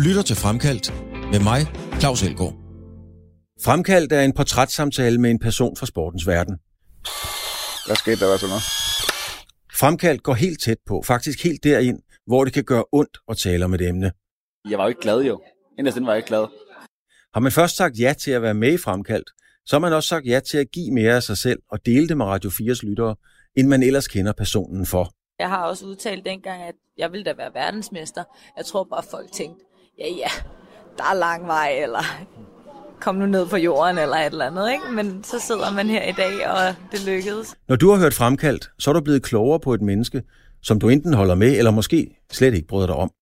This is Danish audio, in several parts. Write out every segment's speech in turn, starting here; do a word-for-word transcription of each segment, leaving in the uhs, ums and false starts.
lytter til Fremkaldt med mig, Claus Elgaard. Fremkaldt er en portrætsamtale med en person fra sportens verden. Hvad skete der så noget? Fremkaldt går helt tæt på, faktisk helt derind, hvor det kan gøre ondt at tale om et emne. Jeg var jo ikke glad jo. Inderst var jeg ikke glad. Har man først sagt ja til at være med i Fremkaldt, så har man også sagt ja til at give mere af sig selv og dele det med Radio fires lyttere, end man ellers kender personen for. Jeg har også udtalt dengang, at jeg ville da være verdensmester. Jeg tror bare, folk tænkte, ja ja, der er lang vej, eller kom nu ned på jorden, eller et eller andet, ikke? Men så sidder man her i dag, og det lykkedes. Når du har hørt Fremkaldt, så er du blevet klogere på et menneske, som du enten holder med, eller måske slet ikke bryder dig om.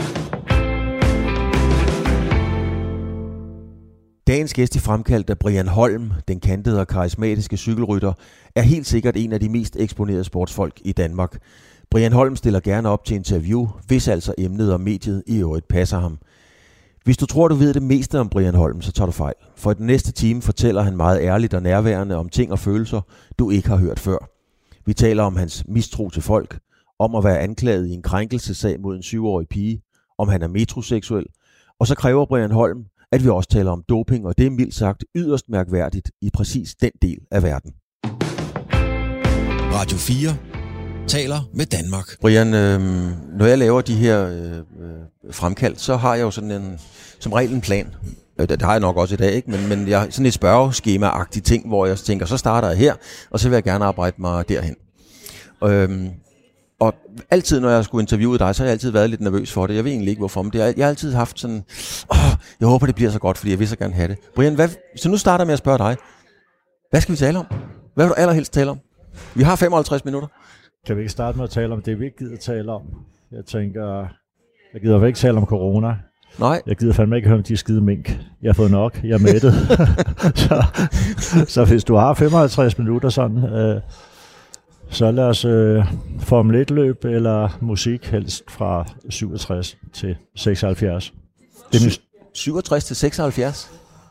Dagens gæst i Fremkaldt er Brian Holm, den kantede og karismatiske cykelrytter, er helt sikkert en af de mest eksponerede sportsfolk i Danmark. Brian Holm stiller gerne op til interview, hvis altså emnet og mediet i øvrigt passer ham. Hvis du tror, du ved det meste om Brian Holm, så tager du fejl. For i den næste time fortæller han meget ærligt og nærværende om ting og følelser, du ikke har hørt før. Vi taler om hans mistro til folk, om at være anklaget i en krænkelsessag mod en syvårig pige, om han er metroseksuel, og så kræver Brian Holm, at vi også taler om doping, og det er mildt sagt yderst mærkværdigt i præcis den del af verden. Radio fire taler med Danmark. Brian, øh, når jeg laver de her øh, Fremkaldt, så har jeg jo sådan en, som regel en plan. Det, det har jeg nok også i dag, ikke? Men, men jeg har sådan et spørgeskema-agtigt ting, hvor jeg tænker, så starter jeg her, og så vil jeg gerne arbejde mig derhen. Øh, Og altid, når jeg skulle interviewe dig, så har jeg altid været lidt nervøs for det. Jeg ved egentlig ikke, hvorfor, men det er, jeg har altid haft sådan, åh, jeg håber, det bliver så godt, fordi jeg vil så gerne have det. Brian, hvad, så nu starter jeg med at spørge dig. Hvad skal vi tale om? Hvad vil du allerhelst tale om? Vi har femoghalvtreds minutter. Kan vi ikke starte med at tale om det, vi ikke gider tale om? Jeg tænker, jeg gider ikke tale om corona. Nej. Jeg gider fandme ikke høre om de skide mink. Jeg har fået nok. Jeg er mættet. så, så hvis du har femoghalvtreds minutter sådan... Øh, Så lad os øh, Formel et-løb eller musik, helst fra syvogtres til seksoghalvfjerds. Det er syvogtres til seksoghalvfjerds?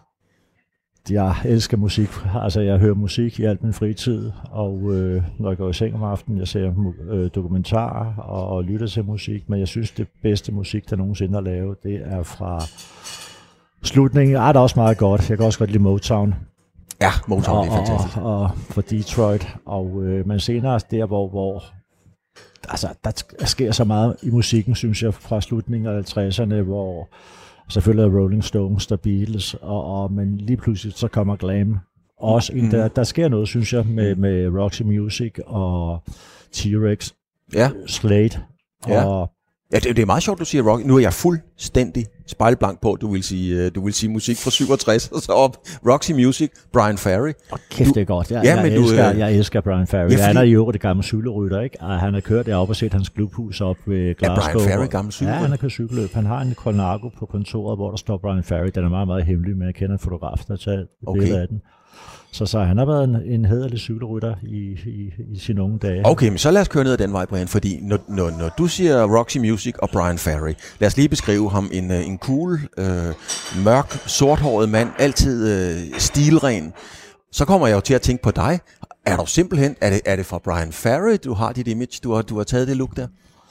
Jeg elsker musik. Altså, jeg hører musik i alt min fritid, og øh, når jeg går i seng om aftenen, jeg ser øh, dokumentarer og, og lytter til musik, men jeg synes, det bedste musik, der nogensinde har lavet, det er fra slutningen. Ah, det er også meget godt. Jeg kan også godt lide Motown. Ja, Motown, det er fantastisk. Og, og for Detroit, og øh, men senere der, hvor, hvor altså, der sker så meget i musikken, synes jeg, fra slutningen af halvtredserne, hvor selvfølgelig er Rolling Stones, der Beatles, og, og, men lige pludselig så kommer glam også ind. Mm. Der, der sker noget, synes jeg, med, med Roxy Music og T-Rex, ja. Slade, ja. og Ja, det, det er meget sjovt, du siger rock. Nu er jeg fuldstændig spejlblank på, du vil sige, du vil sige musik fra syvogtres, og så op Roxy Music, Brian Ferry. Oh, kæft, det er godt. Jeg, ja, jeg, men elsker, du, jeg elsker Brian Ferry. Ja, fordi... Han er jo det gamle cykelrytter, ikke? Og han har kørt deroppe og set hans klubhus op ved Glasgow. Ja, Brian Ferry, gammel cykelrytter. Ja, han har kørt cykelløb. Han har en Colnago på kontoret, hvor der står Brian Ferry. Den er meget, meget hemmelig, men jeg kender en fotograf, der har taget et okay. billede af den. Så, så han har været en, en hæderlig cykelrytter i, i, i sine unge dage. Okay, men så lad os køre ned ad den vej, Brian, fordi når, når, når du siger Roxy Music og Brian Ferry, lad os lige beskrive ham. En, en cool, øh, mørk, sorthåret mand, altid øh, stilren. Så kommer jeg jo til at tænke på dig. Er du simpelthen, er det, er det fra Brian Ferry, du har dit image, du har, du har taget det look der?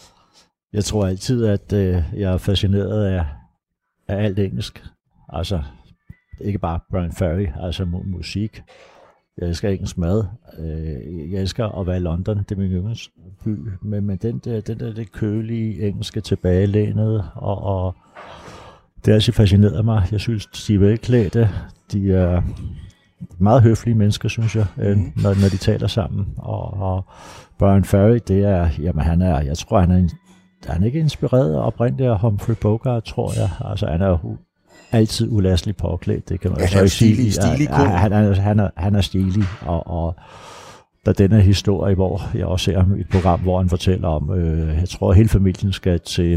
Jeg tror altid, at øh, jeg er fascineret af, af alt engelsk. Altså... Ikke bare Brian Ferry, altså mu- musik. Jeg elsker engelsk mad. Jeg elsker at være i London, det er min yndlingsby. Men, men den der, den der det kølige engelske tilbagelænet, og, og det har altid fascineret mig. Jeg synes, de er velklædte. De er meget høflige mennesker, synes jeg, mm. når, når de taler sammen. Og, og Brian Ferry, det er, jamen han er, jeg tror, han er, en, han er ikke inspireret og oprindeligt af Humphrey Bogart, tror jeg. Altså han er jo altid ulasteligt påklædt, det kan man ja, så ikke sige. Stilig, ja, han, er, han, er, han er stilig, og, og der er denne historie, hvor jeg også ser ham i et program, hvor han fortæller om, øh, jeg tror, at hele familien skal til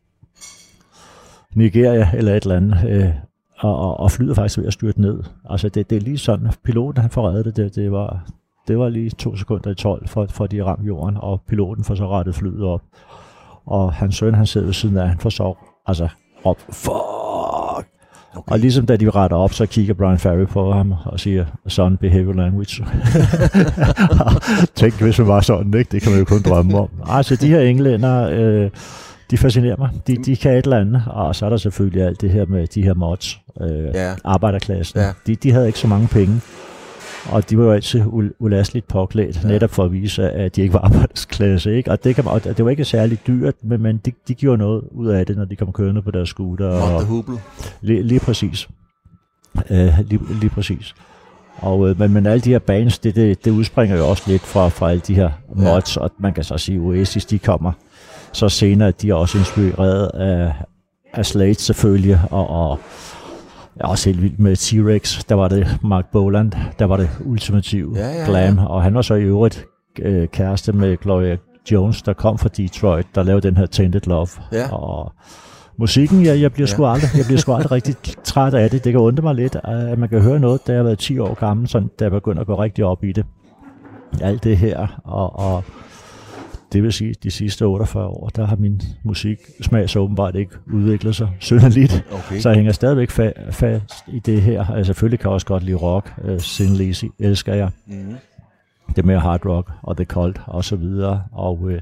Nigeria eller et eller andet, øh, og, og, og flyet faktisk ved at styrte ned. Altså det, det er lige sådan, piloten han får reddet det, det var, det var lige to sekunder i tolv, for, for de ramte jorden, og piloten får så rettet flyet op. Og hans søn, han sidder ved siden af, han får så, altså, op, fuck! Okay. Og ligesom da de retter op, så kigger Brian Ferry på ham og siger, son, behavior language. Tænk, hvis man var sådan, ikke? Det kan man jo kun drømme om. Altså, de her englænder, øh, de fascinerer mig. De, de kan et eller andet, og så er der selvfølgelig alt det her med de her mods, øh, ja. arbejderklassen. Ja. De, de havde ikke så mange penge, og de var jo altid u- ulasteligt påklædt, ja. netop for at vise, at de ikke var arbejdsklasse. Ikke? Og, det kan man, og det var ikke særlig dyrt, men, men de, de gjorde noget ud af det, når de kom kørende på deres scooter. Og, lige, lige præcis. Øh, lige, lige præcis. Og, øh, men, men alle de her bands, det, det, det udspringer jo også lidt fra, fra alle de her mods, ja. Og man kan så sige, at Oasis, de kommer så senere, at de er også inspireret af, af Slade selvfølgelig, og, og jeg er også helt vild med T-Rex, der var det Mark Boland, der var det ultimative ja, ja, glam, ja. Og han var så i øvrigt øh, kæreste med Gloria Jones, der kom fra Detroit, der lavede den her Tainted Love, ja. Og musikken, jeg, jeg bliver sgu ja. aldrig, jeg bliver sgu aldrig rigtig træt af det. Det kan undre mig lidt, at man kan høre noget, da jeg har været ti år gammel, sådan, da jeg begynder at gå rigtig op i det. Alt det her, og, og det vil sige, de sidste otteogfyrre år, der har min musiksmag så åbenbart ikke udviklet sig synderligt. Okay. Så jeg hænger stadigvæk fa- fast i det her. Jeg selvfølgelig kan jeg også godt lide rock. Uh, Sin Lizzy elsker jeg. Mm. Det mere hard rock og The Cult og så videre. Og uh,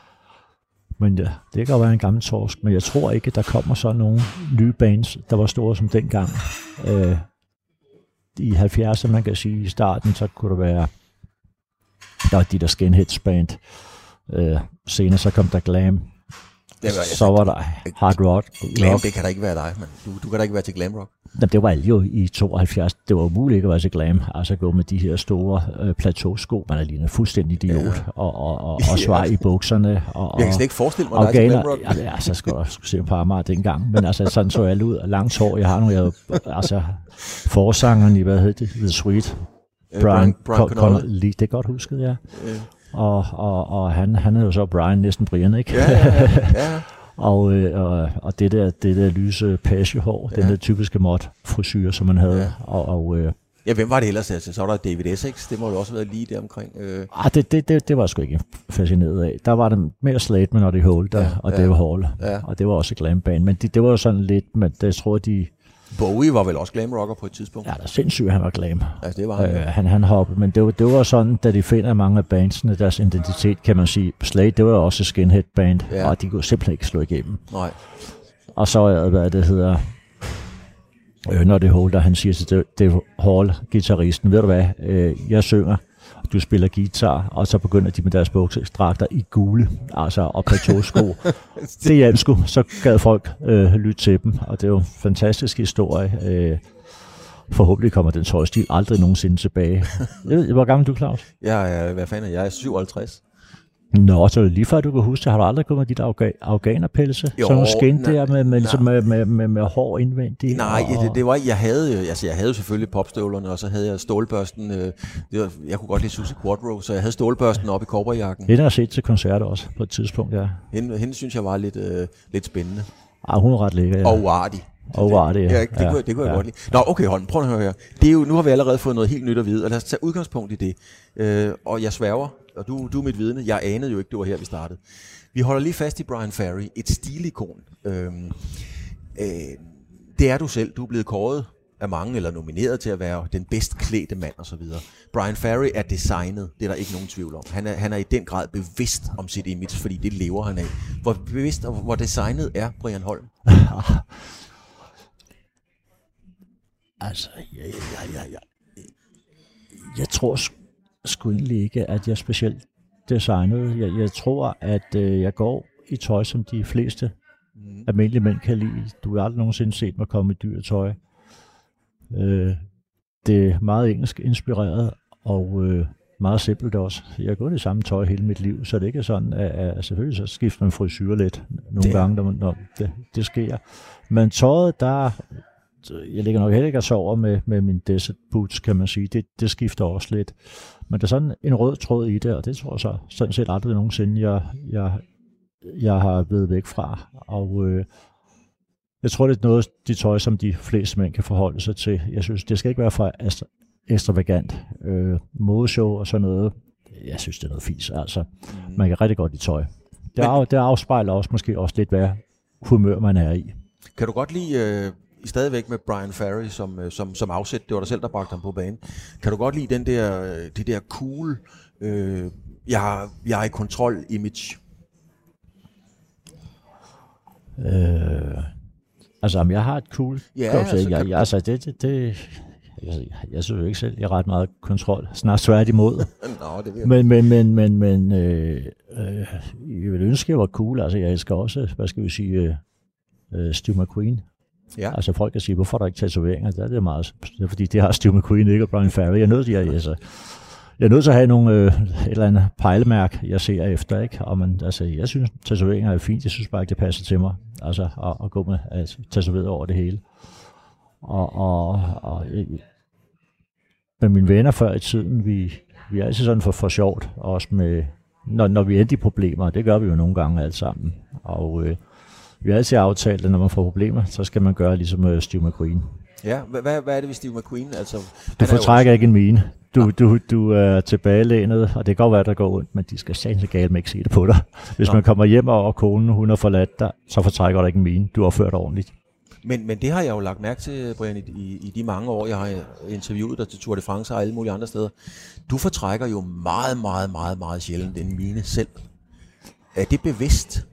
Men ja, det kan jo være en gammel torsk, men jeg tror ikke, der kommer så nogle nye bands, der var store som dengang. Øh, I halvfjerdserne, man kan sige, i starten, så kunne det være, der var de der Skinheads band. Øh, senere så kom der glam. Det var, så var der hard rock. Glam, det kan da ikke være dig, men du, du kan da ikke være til glam rock. Jamen, det var jo i tooghalvfjerds. Det var umuligt ikke at være til glam. Altså gå med de her store øh, plateausko. Man er lige en fuldstændig idiot. Ja. Og, og, og, og svar i bukserne. Og, jeg kan slet ikke forestille mig dig til glam rock. Ja, altså, skulle jeg skulle se på Amager dengang. Men altså, sådan så alle ud. Langt hår. Jeg har nogle, jeg, altså, forsangeren i, hvad hed det? The Sweet. Brian, Brian Connolly. Det er godt husket, ja. Yeah. Og, og, og han, han er jo så Brian, næsten Brian, ikke? Ja, ja, ja. og, øh, og, og det der, det der lyse pagehår, ja. Den der typiske mod-frisyre, som man havde. Ja. Og, og, øh, ja, hvem var det ellers? Altså, så var der David Essex, det må jo også have været lige der omkring. Øh. Ah, det, det, det, det var jeg sgu ikke fascineret af. Der var det mere Slade med Noddy Holder ja, og ja. Dave Hall. Ja. Og det var også glam band. Men det, det var jo sådan lidt, men det, jeg tror, de... Bowie var vel også glam rocker på et tidspunkt? Ja, der er sindssygt, han var glam. Altså, det var han. Øh, han, han hoppede, men det var, det var sådan, da de finder mange af bandsene, deres identitet, kan man sige. Slade, det var også skinhead band, ja. Og de kunne simpelthen ikke slå igennem. Nej. Og så, hvad det hedder, øh, når det Holder, han siger til Dave Hall, guitaristen, ved du hvad, øh, jeg synger, du spiller guitar, og så begynder de med deres buksedragter i gule, altså og plateausko. Det hjalp sgu, så gad folk øh, lytte til dem, og det er jo en fantastisk historie. Øh, forhåbentlig kommer den tøjstil aldrig nogensinde tilbage. Hvor gammel er du, Claus? Jeg er, hvad fanden er jeg? syvoghalvtreds. Nå, så lige før du kan huske, har du aldrig gået med de der afga- afghanerpelse? Jo, sådan nogle skin nej, der med, med, ligesom med, med, med, med hår indvendigt? Nej, og, det, det var jeg havde altså jeg havde selvfølgelig popstøvlerne, og så havde jeg stålbørsten. Øh, det var, jeg kunne godt lide Susie Quadro, så jeg havde stålbørsten op i cowboyjakken. Det har jeg set til koncerter også på et tidspunkt, ja. Hende, hende synes jeg var lidt, øh, lidt spændende. Ah, hun er ret lækker, ja. Og uartig. Og uartig, ja. ja. Det, det, kunne, det kunne ja. jeg godt lide. Nå, okay, Holm, prøv at høre her. Det er jo, nu har vi allerede fået noget helt nyt at vide, og lad os tage udgangspunkt i det. Øh, og jeg sværger, og du, du er mit vidne, jeg anede jo ikke, det var her, vi startede. Vi holder lige fast i Brian Ferry, et stilikon. Øh, øh, det er du selv, du er blevet kåret af mange, eller nomineret til at være den bedst klædte mand osv. Brian Ferry er designet, det er der ikke nogen tvivl om. Han er, han er i den grad bevidst om sit image, fordi det lever han af. Hvor bevidst og hvor designet er Brian Holm? Altså, jeg, jeg, jeg, jeg, jeg tror sgu egentlig ikke, at jeg er specielt designet. Jeg, jeg tror, at øh, jeg går i tøj, som de fleste mm. almindelige mænd kan lide. Du har aldrig nogensinde set mig komme i dyr tøj. Øh, det er meget engelsk inspireret, og øh, meget simpelt også. Jeg har gået i samme tøj hele mit liv, så det ikke er sådan, at, at selvfølgelig så skifter man frisyre lidt nogle det. gange, når, når det, det sker. Men tøjet, der... Jeg ligger nok heller ikke og sover med, med min desert boots, kan man sige. Det, det skifter også lidt. Men der er sådan en rød tråd i det, og det tror jeg så sådan set aldrig nogensinde, jeg, jeg, jeg har været væk fra. Og øh, jeg tror, det er noget de tøj, som de fleste mænd kan forholde sig til. Jeg synes, det skal ikke være for ekstravagant. Øh, modeshow og sådan noget. Jeg synes, det er noget fis. Altså, mm. man kan rigtig godt lide tøj. Det, af, det afspejler også måske også lidt, hvad humør man er i. Kan du godt lide... Øh stadigvæk med Brian Ferry som, som, som afsæt, det var dig selv, der bragte ham på banen. Kan du godt lide den der, det der cool, øh, jeg, jeg er i kontrol image? Øh, altså, om jeg har et cool Ja, coach, altså, jeg, kan- jeg, altså det, det, det jeg, jeg synes jo ikke selv, jeg har ret meget kontrol. Snart svært imod. Nå, det vil Men, men, men, men, men øh, øh, jeg vil ønske, at jeg var cool. Altså, jeg elsker også, hvad skal vi sige, øh, øh, Steve McQueen. Ja. Altså, folk kan sige, hvorfor er der ikke tatoveringer? Det er det meget, det er, fordi det har Steve McQueen ikke, og Brian Ferry. Jeg er nødt til, jeg, altså, jeg er nødt til at have nogle, øh, et eller andet pejlemærk, jeg ser efter, ikke? Og man, altså, jeg synes, tatoveringer er fint. Jeg synes bare ikke, det passer til mig. Altså, at, at gå med altså, tatoveret over det hele. Og, og, og med mine venner før i tiden, vi, vi er altid sådan for, for sjovt, også med, når, når vi endte i problemer, det gør vi jo nogle gange alt sammen. Og øh, vi har altid aftalt, at når man får problemer, så skal man gøre ligesom uh, Steve McQueen. Ja, hvad, hvad, hvad er det ved Steve McQueen? Altså, Du fortrækker ikke en mine. Du, du, du er tilbagelænet, og det kan godt være, der går ondt, men de skal sandsynligt galt med ikke se det på dig. Hvis Nå. man kommer hjem, og konen hun har forladt dig, så fortrækker du ikke en mine. Du har opført ordentligt. Men, men det har jeg jo lagt mærke til, Brian, i, i, i de mange år, jeg har interviewet dig til Tour de France og alle mulige andre steder. Du fortrækker jo meget, meget, meget, meget sjældent en mine selv. Er det bevidst?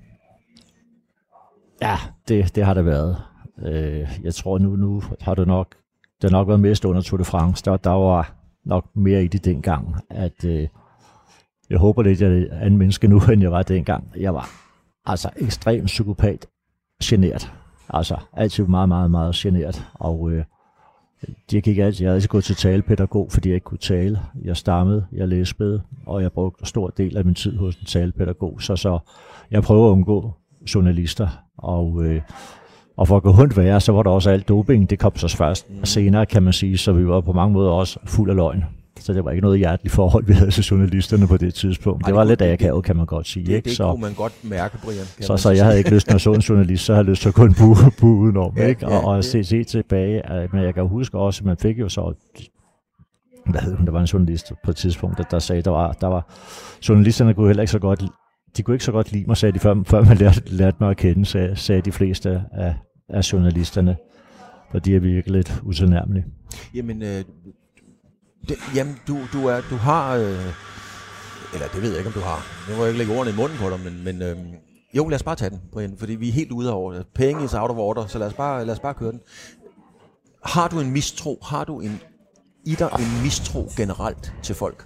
Ja, det, det har det været. Øh, jeg tror nu, nu har det nok, det har nok været mest under Tour de France. Der, der var nok mere i det dengang, at øh, jeg håber lidt, at jeg er en menneske nu, end jeg var dengang. Jeg var altså ekstremt psykopat, genert. Altså altid meget, meget, meget genert. Og øh, jeg gik altid, jeg havde altid gået til talepædagog, fordi jeg ikke kunne tale. Jeg stammede, jeg læspede, og jeg brugte en stor del af min tid hos en talepædagog. Så, så jeg prøver at undgå journalister. Og, øh, og for at gå hundt være, så var der også alt doping. Det kom så først mm. senere, kan man sige. Så vi var på mange måder også fuld af løgn. Så det var ikke noget hjerteligt forhold, vi havde til journalisterne på det tidspunkt. Ej, det, det var lidt akavet, kan man godt sige. Det, ikke? det så, kunne man godt mærke, Brian. Så, så jeg havde ikke lyst til at så en journalist, så havde jeg lyst til at gå en bue, bue udenom. Ja, ikke? Og, ja, og ja. se, se tilbage. Men jeg kan huske også, at man fik jo så... Hvad hed hun? Der var en journalist på et tidspunkt, der, der sagde, der var, der var... Journalisterne kunne heller ikke så godt... De kunne ikke så godt lide mig, sagde de, før, før man lærte, lærte mig at kende, sagde, sagde de fleste af, af journalisterne. Og de er virkelig lidt utilnærmelige. Jamen, øh, det, jamen du, du, er, du har... Øh, eller det ved jeg ikke, om du har. Nu må jeg ikke lægge ordene i munden på dig, men... men øh, jo, lad os bare tage den, Brian, fordi vi er helt ude over. Penge is out of order, så lad os bare, lad os bare køre den. Har du en mistro? Har du en, i dig en mistro generelt til folk?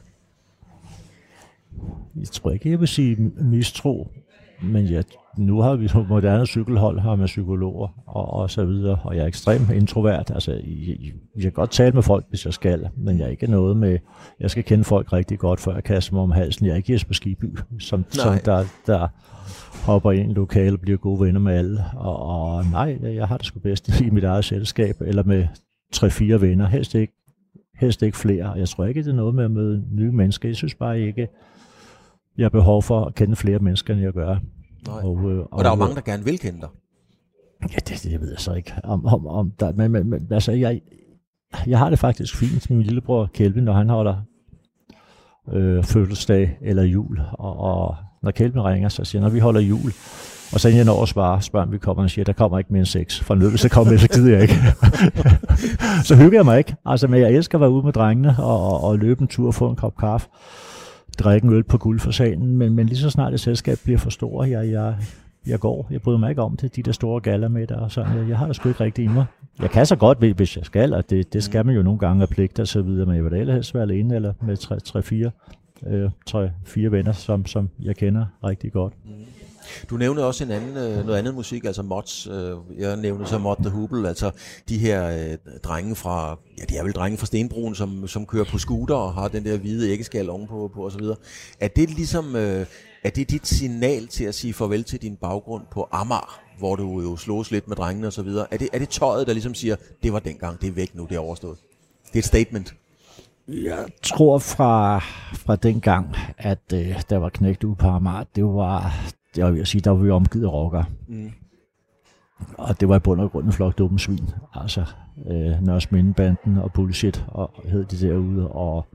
Jeg tror ikke, jeg vil sige mistro, men ja, nu har vi et moderne cykelhold her med psykologer og, og så videre, og jeg er ekstremt introvert. Altså, jeg, jeg kan godt tale med folk, hvis jeg skal, men jeg er ikke noget med, jeg skal kende folk rigtig godt, før jeg kaster mig om halsen. Jeg er ikke Jesper Skibby, som, som der, der hopper ind i lokale og bliver gode venner med alle. Og, og nej, jeg har det sgu bedst i mit eget selskab, eller med tre-fire venner, helst ikke, helst ikke flere. Jeg tror ikke, det er noget med at møde nye mennesker. Jeg synes bare ikke, jeg har behov for at kende flere mennesker, end jeg gør. Og, øh, og, og der er jo mange, der gerne vil kende dig. Ja, det, det ved jeg så ikke. Om, om, om der, men, men, men altså, jeg, jeg har det faktisk fint med min lillebror Kelvin, når han holder øh, fødselsdag eller jul. Og, og når Kelvin ringer, så siger jeg, når vi holder jul, og så inden jeg når at svare, spørger vi kommer, og siger, der kommer ikke mere end seks. For nødt, hvis jeg kommer med, så gider jeg ikke. Så hygger jeg mig ikke. Altså, men jeg elsker at være ude med drengene og, og, og løbe en tur og få en kop kaffe. Drikke en øl på guldfasanen, men, men lige så snart et selskab bliver for stort, jeg, jeg, jeg går. Jeg bryder mig ikke om det, de der store gallermætter og sådan. Jeg, jeg har det sgu ikke rigtig i mig. Jeg kan så godt, hvis jeg skal, og det, det skal man jo nogle gange af pligt og så videre, men jeg vil da helst være alene eller med tre-fire øh, tre, fire venner, som, som jeg kender rigtig godt. Mm. Du nævnte også en anden, øh, noget andet musik, altså mods. Øh, jeg nævnte så Mod the Hoople, altså de her øh, drenge fra, ja, de er vel drenge fra Stenbroen, som, som kører på scooter og har den der hvide æggeskal ovenpå på, og så videre. Er det ligesom, øh, er det dit signal til at sige farvel til din baggrund på Amager, hvor du jo slås lidt med drengene og så videre? Er det, er det tøjet, der ligesom siger, det var dengang, det er væk nu, det er overstået? Det er et statement. Jeg tror fra, fra den gang, at øh, der var knægt ude på Amager, det var... Jeg vil sige, der var vi omgivet af rockere. Mm. Og det var i bund og grund en flok dumme svin. Altså, øh, Nørresminde-banden og Bullshit og hed de derude. Og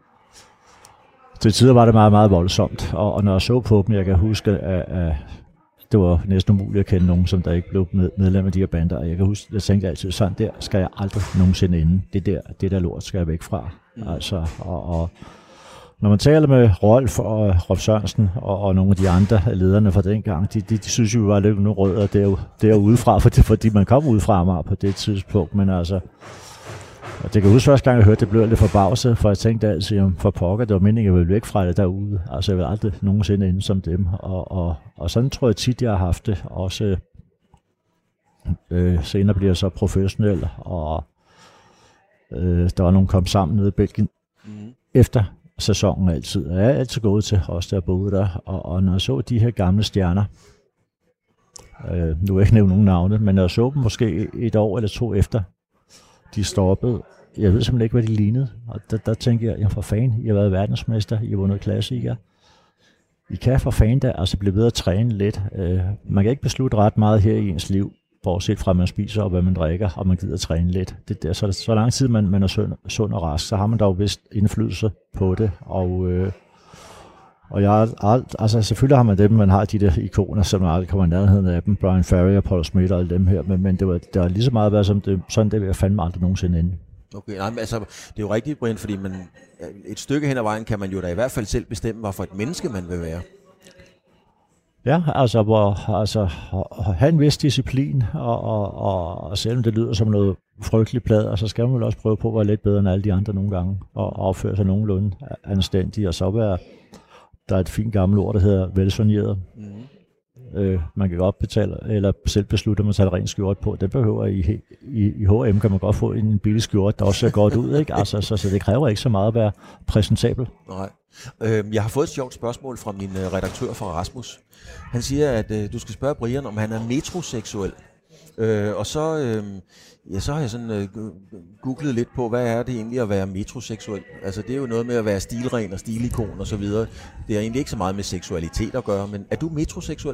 til tider var det meget, meget voldsomt. Og, og når jeg så på dem, jeg kan huske, at, at det var næsten umuligt at kende nogen, som der ikke blev med, medlem af de her bander. Og jeg kan huske, jeg tænkte altid, sådan der skal jeg aldrig nogensinde inde. Det der, det der lort skal jeg væk fra. Mm. Altså, og, og når man taler med Rolf og Rolf Sørensen og, og nogle af de andre lederne fra den gang, de, de, de synes jo, vi var lidt nogle rødder der, derudefra, fordi, fordi man kom udefra mig på det tidspunkt, men altså, og det kan huske første gang, jeg hørte det, blev lidt forbavset, for jeg tænkte altid, om for pokker, det var meningen, at jeg ville væk fra det derude, altså jeg vil aldrig nogensinde ende som dem, og, og, og sådan tror jeg tit, jeg har haft det, også øh, senere bliver jeg så professionel, og øh, der var nogen, kom sammen nede i Belgien, mm. efter sæsonen altid. Og jeg er altid gået til, også der boede der. Og, og når jeg så de her gamle stjerner, øh, nu vil jeg ikke nævne nogen navne, men når jeg så dem måske et år eller to efter, de stoppede, jeg ved simpelthen ikke, hvad de lignede. Og der, der tænkte jeg, jeg for fanden, I har været verdensmester, I har vundet klassiker. I kan for fanden der altså blive ved at træne lidt. Øh, man kan ikke beslutte ret meget her i ens liv, bortset fra, at man spiser og hvad man drikker, og man gider at træne lidt. Det der, så, så lang tid man, man er sund, sund og rask, så har man dog vist indflydelse på det. Og, øh, og jeg alt, altså selvfølgelig har man dem, man har de der ikoner, som aldrig kommer i nærheden af dem, Brian Ferry og Paul Smith og alle dem her, men, men det var, det var lige så meget været som det, sådan, det vil jeg fandme aldrig nogensinde ende. Okay, nej, men altså, det er jo rigtigt, Brian, fordi man, et stykke hen ad vejen kan man jo da i hvert fald selv bestemme, hvad for et menneske man vil være. Ja, altså, hvor, altså have en vis disciplin, og, og, og, og selvom det lyder som noget frygteligt plad, så skal man vel også prøve på at være lidt bedre end alle de andre nogle gange, og opføre sig nogenlunde anstændigt, og så være, der er et fint gammelt ord, der hedder velsoigneret. Mm. Øh, man kan godt betale, eller selv beslutte, at man tager rent skjort på. Det behøver i, i, i H og M kan man godt få en billig skjort, der også ser godt ud, ikke? Altså, så, så det kræver ikke så meget at være præsentabel. Nej. Øh, jeg har fået et sjovt spørgsmål fra min øh, redaktør fra Rasmus. Han siger, at øh, du skal spørge Brian, om han er metroseksuel. Øh, og så, øh, ja, så har jeg sådan øh, googlet lidt på, hvad er det egentlig at være metroseksuel? Altså det er jo noget med at være stilren og stilikon og så videre. Det har egentlig ikke så meget med seksualitet at gøre, men er du metroseksuel?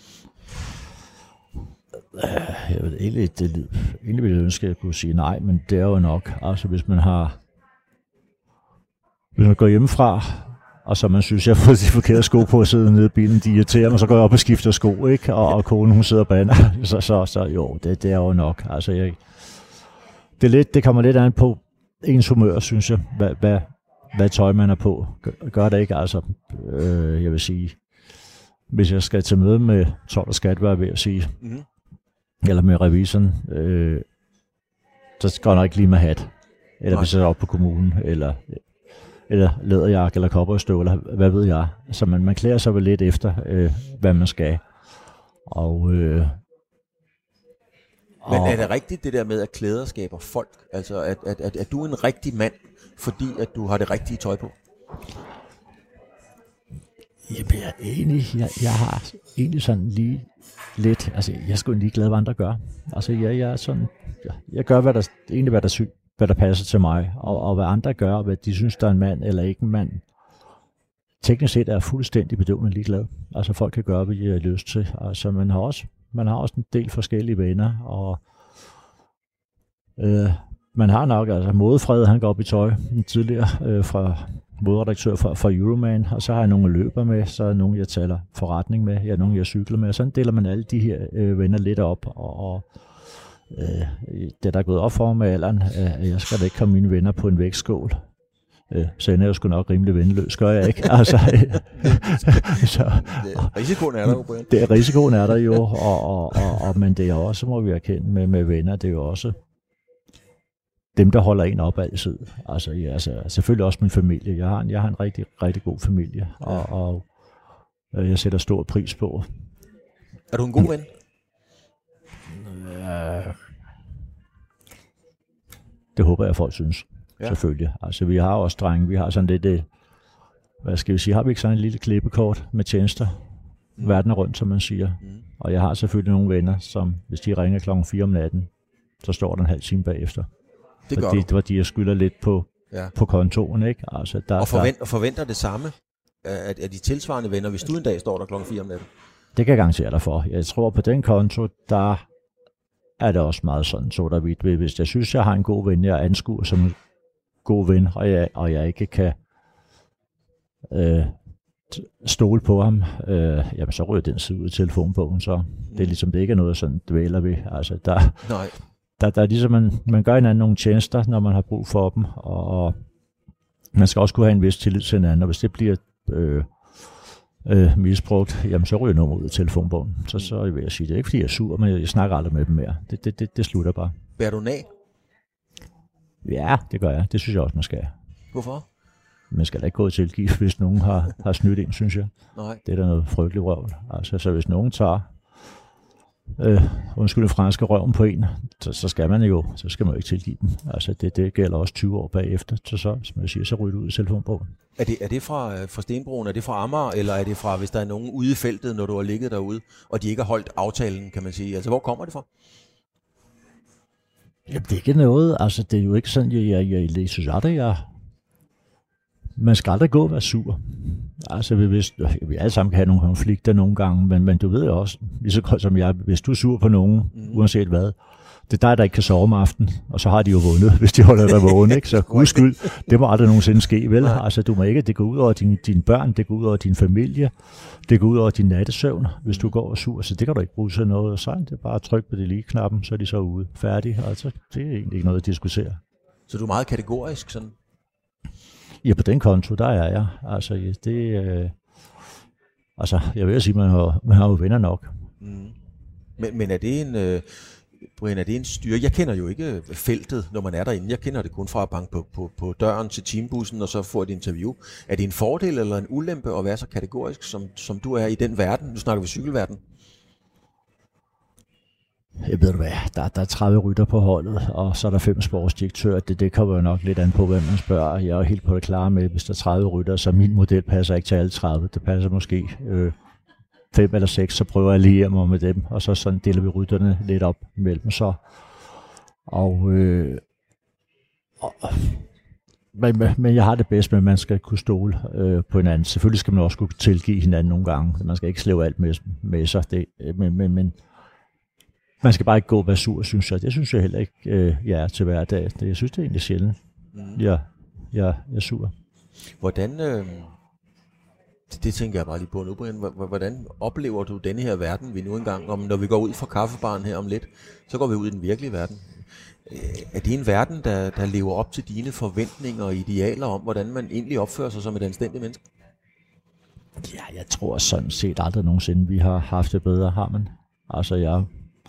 Jeg ved egentlig, det, egentlig ville jeg ønske, at jeg kunne sige nej, men det er jo nok. Altså hvis man har, hvis man går hjemmefra, og så man synes, jeg har fået de forkerte sko på at sidde nede i bilen, de irriterer mig, så går jeg op og skifter sko, ikke? Og, og konen, hun sidder og bander. Så, så, så jo, det, det er jo nok. Altså, jeg, det, er lidt, det kommer lidt an på ens humør, synes jeg, hvad, hvad, hvad tøj man er på. Gør, gør det ikke, altså, øh, jeg vil sige, hvis jeg skal til møde med told og skat, hvad jeg ved at sige, mm-hmm. eller med revisoren, øh, så går jeg nok ikke lige med hat. Eller Nej. Hvis jeg er oppe på kommunen, eller... eller læderjakke, eller cowboystøvler, hvad ved jeg. Så man, man klæder sig vel lidt efter, øh, hvad man skal. Og, øh, Men er det rigtigt, det der med, at klæder skaber folk? Altså, at, at, at, at du er en rigtig mand, fordi at du har det rigtige tøj på? Jamen, jeg er enig. Jeg, jeg har egentlig sådan lige lidt... Altså, jeg er sgu lige glad, hvad andre gør. Altså, jeg, jeg er sådan... Jeg, jeg gør, hvad der, egentlig, hvad der syg. hvad der passer til mig, og, og hvad andre gør, og hvad de synes, der er en mand eller ikke en mand. Teknisk set er jeg fuldstændig bedøvende ligeglad. Altså folk kan gøre, hvad de har lyst til. Altså man har også, man har også en del forskellige venner, og øh, man har nok, altså Modefred, han går op i tøj, en tidligere øh, fra moderedaktør for, for Euroman, og så har jeg nogle løber med, så er nogle, jeg taler forretning med, jeg er nogle, jeg cykler med, og sådan deler man alle de her øh, venner lidt op, og, og Øh, det der er gået op for mig med alderen, øh, jeg skal da ikke komme mine venner på en vægtskål. Øh, så ender jeg jo sgu nok rimelig venløs, gør jeg ikke. Altså, så, det, risikoen er der jo, Brian. Det er risikoen er der jo, og, og, og, og, men det er også, må vi erkende med, med venner, det er jo også dem, der holder en op altid. Altså, ja, altså selvfølgelig også min familie. Jeg har en, jeg har en rigtig, rigtig god familie, og, og øh, jeg sætter stor pris på. Er du en god ven? Det håber jeg, folk synes. Ja. Selvfølgelig. Altså, vi har også drenge. Vi har sådan lidt, det, hvad skal vi sige, har vi ikke sådan en lille klippekort med tjenester? Mm. Verden er rundt, som man siger. Mm. Og jeg har selvfølgelig nogle venner, som hvis de ringer klokken fire om natten, så står der en halv time bagefter. Det gør det, det var de, jeg skylder lidt på, ja. på kontoen, ikke? Altså, der, og forvent, der, forventer det samme af, af de tilsvarende venner, hvis du en dag står der klokken fire om natten? Det kan jeg garantere dig for. Jeg tror, på den konto, der er det også meget sådan, så der vidt. Hvis jeg synes, jeg har en god ven, jeg anskuer som en god ven, og jeg, og jeg ikke kan øh, stole på ham, øh, jamen så ryger den side ud i telefonbogen, så det er ligesom, det ikke er noget, sådan dvæler ved. Altså, der, Nej. Der, der er ligesom, man, man gør hinanden nogle tjenester, når man har brug for dem, og man skal også kunne have en vis tillid til hinanden, og hvis det bliver øh, øh, misbrugt, jamen så ryger nummer ud af telefonbogen. Så, så vil jeg sige, det er ikke fordi jeg er sur, men jeg snakker aldrig med dem mere. Det, det, det, det slutter bare. Bærer du nag? Ja, det gør jeg. Det synes jeg også, man skal. Hvorfor? Man skal da ikke gå til tilgive, hvis nogen har, har snydt ind, synes jeg. Nej. Det er da noget frygteligt røvl. Altså, så hvis nogen tager øh, undskyld franske røven på en, så, så skal man jo, så skal man jo ikke tilgive dem. Altså, det, det gælder også tyve år bagefter. Så, så som jeg siger, så ryger du ud i telefonbogen. Er det, er det fra, fra Stenbroen, er det fra Amager, eller er det fra, hvis der er nogen ude i feltet, når du har ligget derude, og de ikke har holdt aftalen, kan man sige? Altså, hvor kommer det fra? Jamen, det er ikke noget. Altså, det er jo ikke sådan, jeg, jeg, jeg, jeg synes aldrig, jeg... Man skal aldrig gå og være sur. Altså, vi, hvis, vi alle sammen kan have nogle konflikter nogle gange, men, men du ved jo også, lige så godt som jeg, hvis du er sur på nogen, mm. uanset hvad, det er dig, der ikke kan sove om aftenen, og så har de jo vundet, hvis de holder dig vågen, ikke? Så guds skyld, det må aldrig nogensinde ske, vel? Altså, du må ikke, det går ud over dine, dine børn, det går ud over din familie, det går ud over din nattesøvn, hvis du går og er sur, så det kan du ikke bruge til noget. Så det er bare at trykke på det lige knappen, så er de så ude, færdige. Altså, det er egentlig ikke noget at diskutere. Så du er meget kategorisk sådan? Ja, på den konto, der er jeg. Altså, det, øh, altså jeg vil sige, man har, man har jo venner nok. Mm. Men, men er det en, øh, Brian, er det en styre? Jeg kender jo ikke feltet, når man er derinde. Jeg kender det kun fra at banke på, på, på døren til teambussen, og så få et interview. Er det en fordel eller en ulempe at være så kategorisk, som, som du er i den verden? Nu snakker vi cykelverden. Jeg ved du hvad, der, der er tredive rytter på holdet, og så er der fem sportsdirektører. Det, det kommer jo nok lidt an på, hvem man spørger. Jeg er jo helt på det klare med, hvis der er tredive rytter, så min model passer ikke til alle tredive. Det passer måske øh, fem eller seks, så prøver jeg lige mig med dem, og så sådan deler vi rytterne lidt op mellem så. Og, øh, og men, men jeg har det bedst med, at man skal kunne stole øh, på hinanden. Selvfølgelig skal man også kunne tilgive hinanden nogle gange. Man skal ikke slæve alt med, med sig. Det, men, men, men man skal bare ikke gå og være sur, synes jeg. Det synes jeg heller ikke, øh, jeg er til hverdag. Det, jeg synes, det er egentlig sjældent, mm. jeg, jeg, jeg er sur. Hvordan, øh, det, det tænker jeg bare lige på nu, Brian. Hvordan oplever du denne her verden, vi nu engang, om, når vi går ud fra kaffebaren her om lidt, så går vi ud i den virkelige verden. Er det en verden, der, der lever op til dine forventninger og idealer om, hvordan man egentlig opfører sig som et anstændigt menneske? Ja, jeg tror sådan set aldrig nogensinde, vi har haft det bedre, har man. Altså, jeg...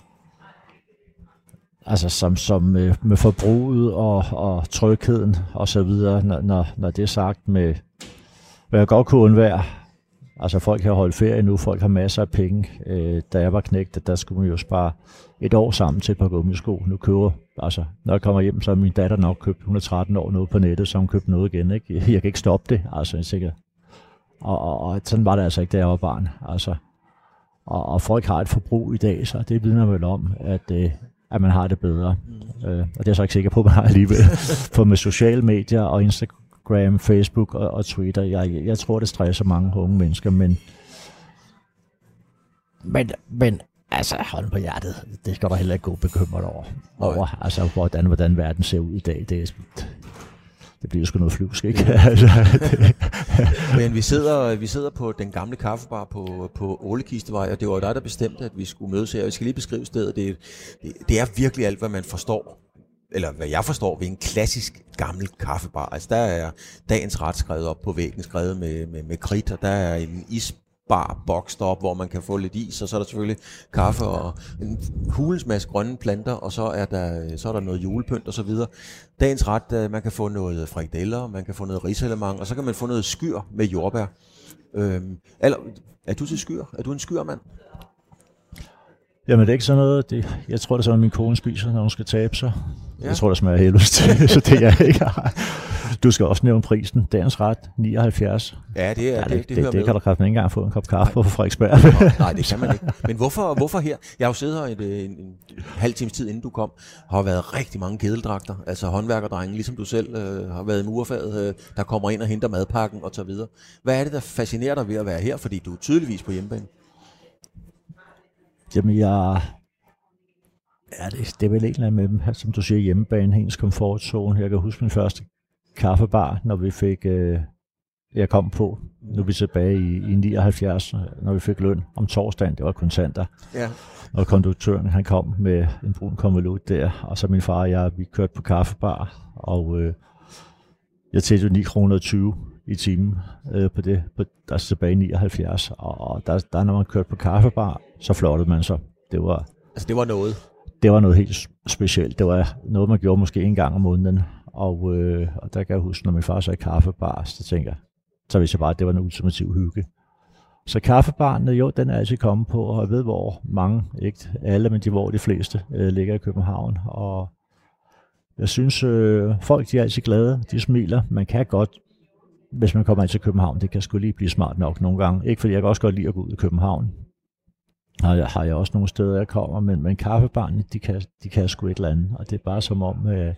Altså som, som med, med forbruget og, og trygheden og så videre, når, når, når det er sagt med, hvad jeg godt kunne undvære. Altså folk har holdt ferie nu, folk har masser af penge. Øh, da jeg var knægt, der skulle man jo spare et år sammen til et par gummisko. Nu køber, altså når jeg kommer hjem, så har min datter nok købt, hun er tretten år, noget på nettet, så hun købt noget igen. Ikke? Jeg kan ikke stoppe det, altså sikkert. Og, og, og sådan var det altså ikke, da jeg var barn. Altså, og, og folk har et forbrug i dag, så det vidner vel om, at øh, at man har det bedre. Mm. Øh, og det er jeg så ikke sikker på, at man har alligevel. For med sociale medier og Instagram, Facebook og, og Twitter, jeg, jeg tror, det stresser mange unge mennesker, men, men, men altså, hold på hjertet, det skal der heller ikke gå bekymret over. over altså, hvordan, hvordan verden ser ud i dag. Det, det bliver sgu noget flyvsk, ikke? Men vi sidder, vi sidder på den gamle kaffebar på, på Ålekistevej, og det var dig, der bestemte, at vi skulle mødes her. Vi skal lige beskrive stedet. Det, det, det er virkelig alt, hvad man forstår, eller hvad jeg forstår, ved en klassisk gammel kaffebar. Altså, der er dagens ret skrevet op på væggen, skrevet med, med, med kridt, og der er en isbar boks deroppe, hvor man kan få lidt is, og så er der selvfølgelig kaffe og en hulens masse grønne planter, og så er der, så er der noget julepynt og så videre. Dagens ret, man kan få noget frikadeller, man kan få noget risalemang, og så kan man få noget skyr med jordbær. Øhm, eller, er du til skyr? Er du en skyrmand? Jamen det er ikke sådan noget, det, jeg tror det er sådan, min kone spiser, når hun skal tabe sig. Ja. Jeg tror, der smager helvedes til, så det jeg ikke har. Du skal også nævne prisen. Dagens ret, nioghalvfjerds. Ja, det er ja, det, det, det, det, det, det kan du kraften ikke engang få en kop kaffe på Frederiksberg. Nå, nej, det kan man ikke. Men hvorfor, hvorfor her? Jeg har jo siddet her en, en, en halv times tid, inden du kom. Har været rigtig mange kedeldragter, altså håndværkerdrenge, ligesom du selv øh, har været i murerfaget, øh, der kommer ind og henter madpakken og så videre. Hvad er det, der fascinerer dig ved at være her? Fordi du er tydeligvis på hjemmebane. Jamen, jeg... Ja, det, det er vel en eller anden med dem, som du siger, hjemmebane, hendes komfortzone. Jeg kan huske min første kaffebar, når vi fik... Øh, jeg kom på, nu er vi tilbage i, i nioghalvfjerds, når vi fik løn om torsdagen, det var kontanter. Ja. Og konduktøren, han kom med en brun konvolut der, og så min far og jeg, vi kørte på kaffebar, og... Øh, Jeg tætte jo ni kroner og tyve i timen øh, på det, på, der er tilbage i nioghalvfjerds, og der, der når man kørte på kaffebar, så flottede man sig. Det var, altså det var noget? Det var noget helt specielt. Det var noget, man gjorde måske en gang om måneden, og, øh, og der kan jeg huske, når min far sagde kaffebar, så tænker jeg, så vidste jeg bare, at det var en ultimativ hygge. Så kaffebaren, jo, den er altid kommet på, og jeg ved, hvor mange, ikke alle, men de hvor de fleste, øh, ligger i København, og jeg synes, øh, folk de er altid glade, de smiler. Man kan godt, hvis man kommer ind til København, det kan sgu lige blive smart nok nogle gange. Ikke fordi jeg kan også godt lide at gå ud i København. Har jeg, har jeg også nogle steder, jeg kommer, men, men kaffebarne, de kan, de kan sgu et eller andet. Og det er bare som om, øh,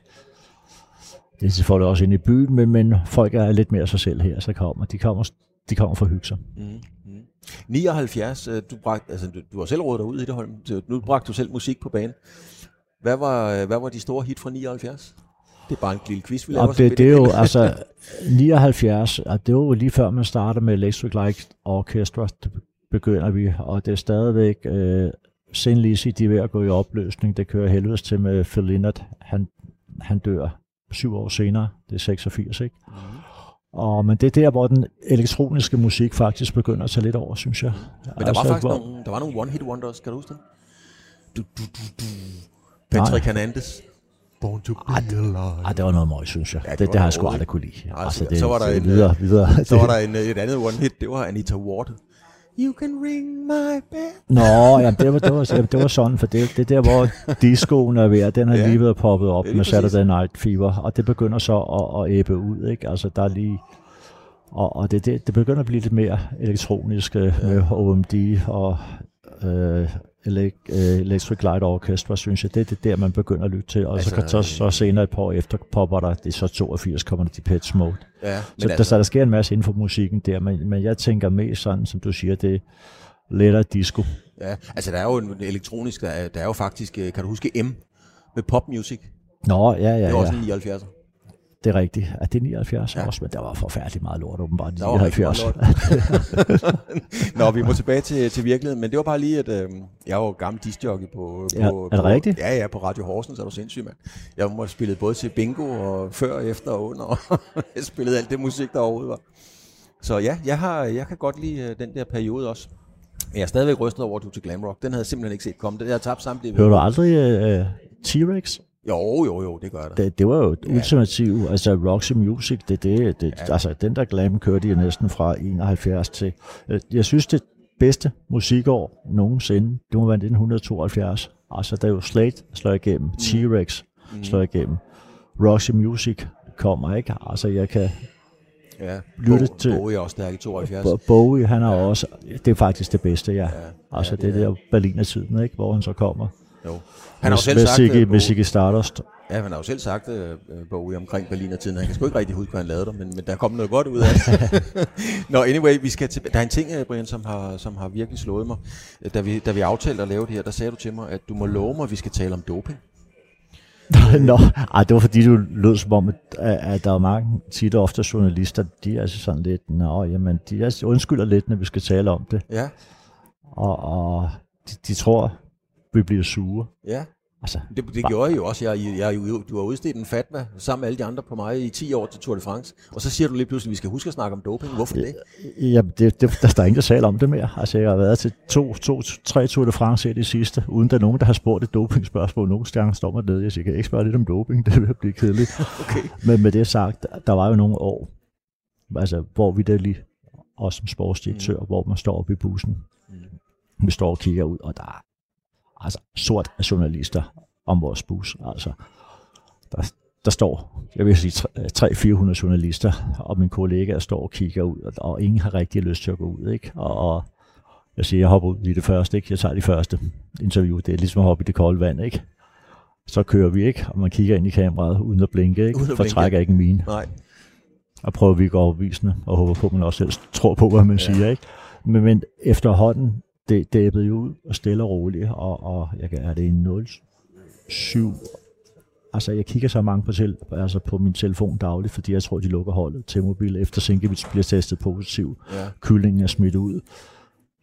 det får det også ind i byen, men, men folk er lidt mere sig selv her, så kommer de kommer, de kommer for at hygge sig. Mm, mm. nioghalvfjerds, du, bragte, altså, du, du har selv rådet dig ud i det, Holm. Nu bragte du selv musik på banen. Hvad var, hvad var de store hit fra nioghalvfjerds? Det er bare en lille quiz, vi laver. Det, det er jo, altså, nioghalvfjerds, det var jo lige før man starter med Electric Light Orchestra, det begynder vi, og det er stadigvæk, øh, Sin Lizzy, de er ved at gå i opløsning, det kører helvedes til med Phil Lynott, han, han dør syv år senere, det er seksogfirs, ikke? Mm. Og, men det er der, hvor den elektroniske musik faktisk begynder at tage lidt over, synes jeg. Men der altså, var faktisk hvor... nogle, der var nogle one-hit wonders, kan du huske dem? Du, du, du, du. Patrick Hernandez. Born to be alive. Ah, det var noget møg, synes jeg. Ja, det, det, det har jeg sgu aldrig kunne lide. Altså, altså, det, så var der, en, videre, videre. Så var der en, et andet one-hit, det var Anita Ward. You can ring my bell. Nå, jamen, det, var, det, var, det var sådan, for det, det er der, hvor discoen er ved, den har ja. lige været poppet op med præcis. Saturday Night Fever, og det begynder så at, at æbbe ud, ikke? Altså, der er lige... Og, og det, det, det begynder at blive lidt mere elektronisk ja. med O M D og øh, Electric Light Orchestra, synes jeg. Det er det der, man begynder at lytte til. Og altså, så, så, så senere et par år efter popper der, det er så toogfirs, kommer der Depeche Mode. Ja, så, altså, der, så der sker en masse inden for musikken der, men, men jeg tænker mest sådan, som du siger, det er lettere disco. Ja, altså der er jo en elektronisk, der er, der er jo faktisk, kan du huske M med popmusik? Nå, ja, ja, ja. Det var også i nioghalvfjerds. Det er rigtigt. Er det nioghalvfjerds ja. også? Men der var forfærdeligt meget lort, åbenbart. Der var nioghalvfjerds. Nå, vi må tilbage til, til virkeligheden, men det var bare lige, at øh, jeg var jo gammel discjockey på... Ja, på er det på, rigtigt? Ja, ja, på Radio Horsens, er du sindssyg, mand. Jeg må have spillet både til bingo, og før, efter og under, og jeg spillede alt det musik, der overhovedet var. Så ja, jeg, har, jeg kan godt lide den der periode også. Men jeg er stadigvæk rystet over, at du er til glam rock. Den havde jeg simpelthen ikke set komme. Jeg har tabt samtlige... Hører du aldrig uh, T-Rex? Jo, jo, jo, det gør det. Det, det var jo ja. ultimativt, altså Roxy Music, det, det, det ja. altså den der glam kørte jeg næsten fra enoghalvfjerds til, jeg synes det bedste musikår nogensinde, det må være nitten tooghalvfjerds, altså der er jo Slade slår igennem, mm. T-Rex mm. slår igennem, Roxy Music kommer, ikke, altså jeg kan ja. lytte Bo, til Bowie er også stærk i tooghalvfjerds. Bowie, han er ja. også, det er faktisk det bedste, ja, ja. altså ja, det, det er der Berliner-tiden, ikke, hvor han så kommer. Jo. Han har jo selv sagt med Ziggy Stardust. Ja, han har jo selv sagt uh, Bowie omkring Berliner-tiden. Han kan sgu ikke rigtig huske, hvad han lavede der, men, men der kom noget godt ud af det. Nå, anyway, vi skal til, der er en ting, Brian, som har, som har virkelig slået mig. Da vi, da vi aftalte at lave det her, der sagde du til mig, at du må love mig, at vi skal tale om doping. Nå, ej, det var fordi, du lød som om, at, at der er mange tit og ofte journalister, de er altså sådan lidt, nå, jamen, de er, undskylder lidt, når vi skal tale om det. Ja. Og, og de, de tror, vi bliver sure. Ja, altså, det, det gjorde jeg jo også. Jeg, jeg, jeg, du har udstedt en fatwa sammen med alle de andre på mig i ti år til Tour de France, og så siger du lige pludselig, at vi skal huske at snakke om doping. Hvorfor det? Ja, det, det der er ingen, der taler om det mere. Altså, jeg har været til to, to, tre Tour de France i det sidste, uden der er nogen, der har spurgt et dopingspørgsmål. Nogle stjerner står mig nede. Jeg siger, jeg kan ikke spørge lidt om doping, det vil blive kedeligt. Okay. Men med det sagt, der var jo nogle år, altså, hvor vi der lige, også som sportsdirektør, mm. hvor man står oppe i bussen. Mm. Vi står og kigger ud, og der er altså sort af journalister om vores bus. Altså, der, der står, jeg vil sige, tre til fire hundrede journalister, og mine kollegaer står og kigger ud, og, og ingen har rigtig lyst til at gå ud, ikke? Og, og jeg siger, jeg hopper ud i det første, ikke? Jeg tager de første interview, det er ligesom at hoppe i det kolde vand, ikke? Så kører vi, ikke? Og man kigger ind i kameraet uden at blinke, ikke? For trækker ikke en mine. Nej. Og prøver vi at gå overbevisende, og håber på, at man også selv tror på, hvad man ja. siger, ikke? Men, men efterhånden, det dæbbede jo ud og stille og roligt, og, og jeg kan, er det en nul syv. Altså, jeg kigger så mange på, til, altså på min telefon dagligt, fordi jeg tror, de lukker holdet til mobil, efter Sinkevich bliver testet positiv. Ja. Kyllingen er smidt ud.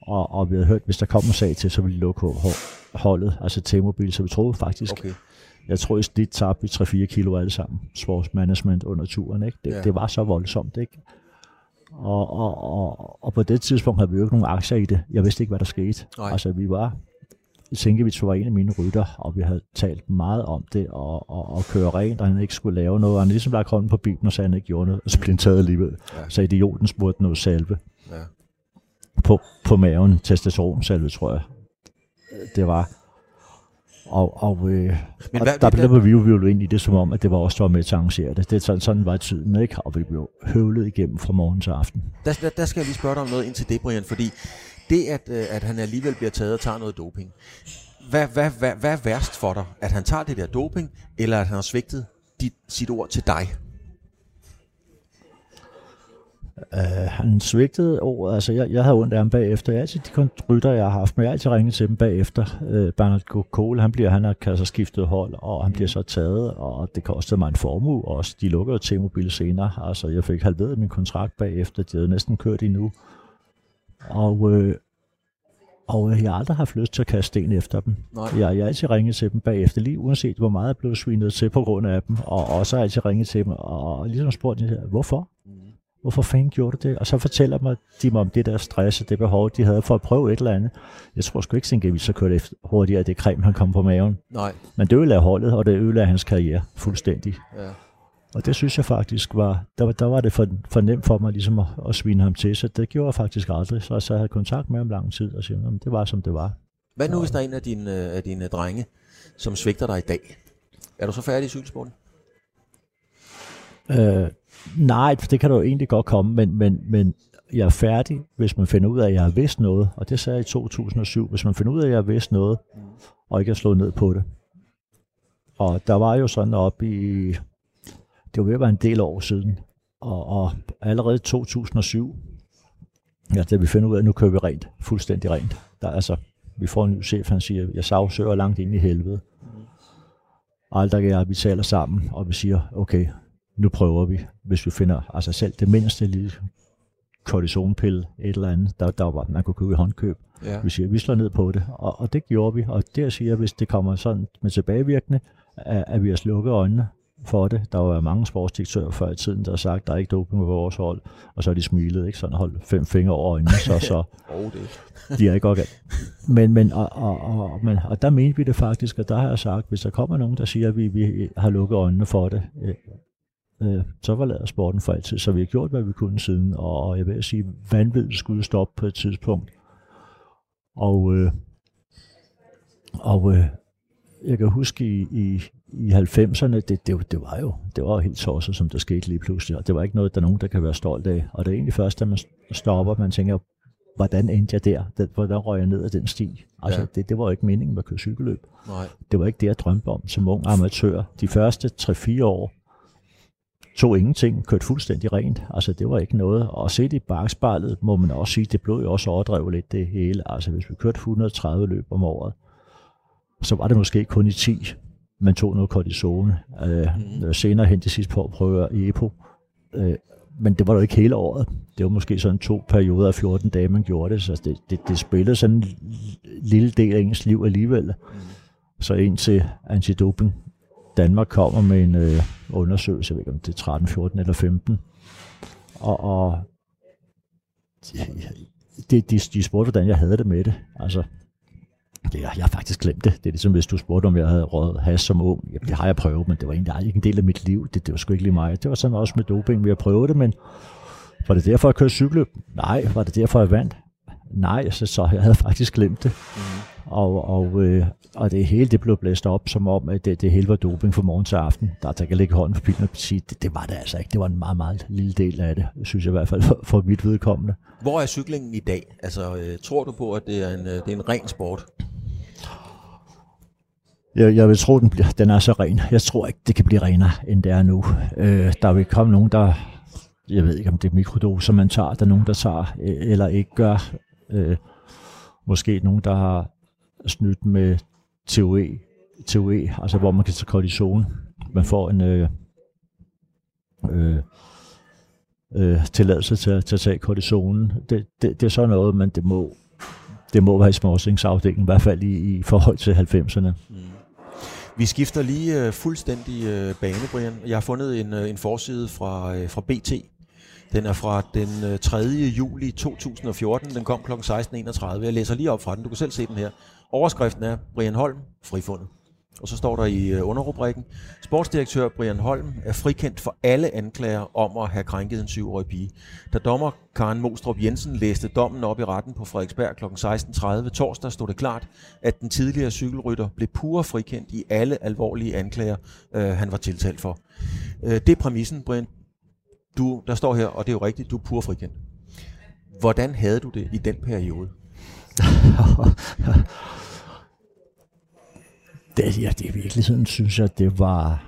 og, og vi havde hørt, hvis der kom en sag til, så ville de lukke holdet, altså T-Mobile, så vi troede faktisk, Okay. jeg tror i snit tabte vi tre til fire kilo alle sammen, sportsmanagement under turen, ikke? Det, Ja. det var så voldsomt, ikke? Og, og, og, og på det tidspunkt havde vi jo ikke nogen aktier i det. Jeg vidste ikke, hvad der skete. Nej. Altså, vi var... Sinkevich var en af mine rytter, og vi havde talt meget om det, og, og, og køre rent, og han ikke skulle lave noget. Og han ligesom lagt hånden på bilen, og sagde, han ikke gjorde noget, og så blev han taget alligevel. Ja. Så idioten spurgte noget salve Ja. på, på maven. Testosteronsalve, tror jeg. Det var... Og, og, øh, Men og hvad- der hvad- blev vi jo ind i det, som om, at det var os, der var med til at arrangere det. det sådan, sådan var tiden, ikke? Og vi blev høvlet igennem fra morgen til aften. Der, der, der skal jeg lige spørge dig om noget ind til det, Brian, fordi det, at, øh, at han alligevel bliver taget og tager noget doping, hvad, hvad, hvad, hvad er værst for dig? At han tager det der doping, eller at han har svigtet dit, sit ord til dig? Uh, han svigtede ordet, altså jeg, jeg havde ondt af ham bagefter. Jeg har altid de rytter, jeg har haft, men jeg har altid ringet til dem bagefter. Uh, Bernard Kohl, han bliver, han har kan så skiftet hold, og han bliver så taget, og det kostede mig en formue også. De lukkede T-Mobile senere, altså jeg fik halveret min kontrakt bagefter, de havde næsten kørt endnu. Og, uh, og jeg har aldrig haft lyst til at kaste sten efter dem. Nej. Jeg, jeg har altid ringet til dem bagefter, lige uanset hvor meget jeg blev svinet til på grund af dem, og også har jeg altid ringet til dem, og ligesom spurgt dem, hvorfor? Hvorfor fanden gjorde du det? Og så fortæller mig, de mig om det der stress og det behov, de havde for at prøve et eller andet. Jeg tror sgu ikke, Sinkevich så kørte efter hurtigere, at det creme, han kom på maven. Nej. Men det ødelagde holdet, og det ødelagde hans karriere fuldstændig. Ja. Og det synes jeg faktisk var, der var, der var det for, for nemt for mig ligesom at, at svine ham til, så det gjorde jeg faktisk aldrig. Så, så jeg havde kontakt med ham lang tid og siger, det var som det var. Hvad nu, hvis der er en af dine, af dine drenge, som svigter dig i dag? Er du så færdig i cykelsporten? Øh, nej, det kan du jo egentlig godt komme, men, men, men jeg er færdig, hvis man finder ud af, at jeg har vidst noget, og det sagde jeg i to tusind og syv, hvis man finder ud af, at jeg har vidst noget, og ikke har slået ned på det. Og der var jo sådan op i, det var ved at være en del år siden, og, og allerede i to tusind og syv, ja, da vi finder ud af, at nu kører vi rent, fuldstændig rent. Der, altså, vi får en ny chef, han siger, jeg sagsøger langt ind i helvede. Og alt der jeg, vi taler sammen, og vi siger, okay, nu prøver vi, hvis vi finder altså selv det mindste lille kortisonpille, et eller andet, der, der var, man kunne købe i håndkøb. Ja. Vi siger, vi slår ned på det, og, og det gjorde vi. Og der siger jeg, hvis det kommer sådan med tilbagevirkende, at, at vi har slukket øjnene for det. Der var mange sportsdirektører før i tiden, der har sagt, der er ikke doping på vores hold, og så har de smilet, ikke? Sådan holdt fem fingre over øjnene, så, så Oh, det. de er ikke godt galt. Men, men, og, og, og, men, og der mente vi det faktisk, og der har jeg sagt, hvis der kommer nogen, der siger, at vi, vi har lukket øjnene for det, øh, øh, så forlader sporten for altid. Så vi har gjort, hvad vi kunne siden, og jeg vil sige, vanvittigt skulle stoppe på et tidspunkt. Og, øh, og øh, jeg kan huske i, i, i halvfemserne, det, det, det var jo det var jo helt tosset, som der skete lige pludselig, og det var ikke noget, der er nogen, der kan være stolt af. Og det er egentlig først, da man stopper, man tænker, hvordan endte jeg der? Den, hvordan røg jeg ned ad den sti? Altså, Ja. det, det var jo ikke meningen med at køre cykelløb. Nej. Det var ikke det, jeg drømte om som ung amatør. De første tre fire år tog ingenting, kørte fuldstændig rent. Altså, det var ikke noget. Og set i bakspejlet, må man også sige, det blev jo også overdrevet lidt det hele. Altså, hvis vi kørte et hundrede og tredive løb om året, så var det måske kun i ti, man tog noget kortisone. Øh, mm. Senere hen til sidst på at prøve E P O. Øh, men det var jo ikke hele året. Det var måske sådan to perioder af fjorten dage, man gjorde det. Så det, det, det spillede sådan en lille del af ens liv alligevel. Mm. Så indtil Antidoping Danmark kommer med en øh, undersøgelse, jeg ved ikke om det er tretten, fjorten eller femten. Og, og de, de, de spurgte, hvordan jeg havde det med det. Altså, det, jeg har faktisk glemt det. Det er ligesom, hvis du spurgte, om jeg havde røget hash som ung. Jamen, det har jeg prøvet, men det var egentlig ikke en del af mit liv. Det, det var sgu ikke lige mig. Det var sådan også med doping, vi har prøvet det, men var det derfor, jeg kørte cykelløb? Nej. Var det derfor, jeg vandt? Nej, så, så jeg havde faktisk glemt det. Mm. Og, og, øh, og det hele det blev blæst op, som om at det, det hele var doping fra morgen til aften. Der, der kan ligge hånden på pilen og sige, det, det var det altså ikke. Det var en meget, meget lille del af det, synes jeg i hvert fald for, for mit vedkommende. Hvor er cyklingen i dag? Altså, øh, tror du på, at det er en, øh, det er en ren sport? Jeg, jeg vil tro, den, bliver, den er så ren. Jeg tror ikke, det kan blive renere, end det er nu. Øh, der vil komme nogen, der... Jeg ved ikke, om det er mikrodoser, man tager. Der er nogen, der tager eller ikke gør. Øh, måske nogen, der har snydt med T O E, T O E, altså hvor man kan tage kortison. Man får en øh, øh, øh, tilladelse til, til at tage kortisonen. Det, det, det er sådan noget, men det må det må være i småtingsafdelingen, i hvert fald i, i forhold til halvfemserne. Mm. Vi skifter lige uh, fuldstændig uh, bane, Brian. Jeg har fundet en, uh, en forside fra, uh, fra B T. Den er fra den uh, tredje juli to tusind og fjorten. Den kom klokken seksten enogtredive. Jeg læser lige op fra den. Du kan selv se den her. Overskriften er Brian Holm frifundet. Og så står der i uh, underrubrikken: sportsdirektør Brian Holm er frikendt for alle anklager om at have krænket en syvårig pige. Da dommer Karen Mostrup Jensen læste dommen op i retten på Frederiksberg klokken seksten tredive torsdag, stod det klart, at den tidligere cykelrytter blev pure frikendt i alle alvorlige anklager, uh, han var tiltalt for. Uh, det er præmissen, Brian. Du, der står her, og det er jo rigtigt, du er pure frikendt. Hvordan havde du det i den periode? Det, ja, det er virkelig sådan, synes jeg, det var,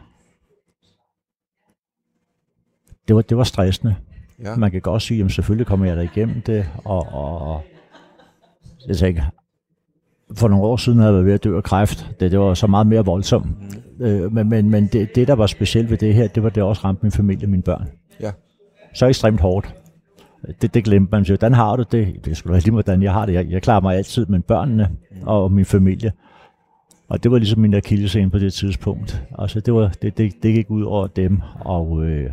det var, det var stressende. Ja. Man kan godt sige, at selvfølgelig kommer jeg der igennem det, og, og jeg tænker, for nogle år siden havde jeg været ved at dø af kræft. Det, det var så meget mere voldsomt. Mm. Øh, men men, men det, det, der var specielt ved det her, det var, det også ramte min familie og mine børn. Ja. Så ekstremt hårdt. Det, det glemte man. Hvordan har du det? Det skulle være lige, hvordan jeg har det. Jeg, jeg klarer mig altid med børnene mm. og min familie. Og det var ligesom min akilleshæl på det tidspunkt. Altså det, var, det, det, det gik ud over dem, og øh,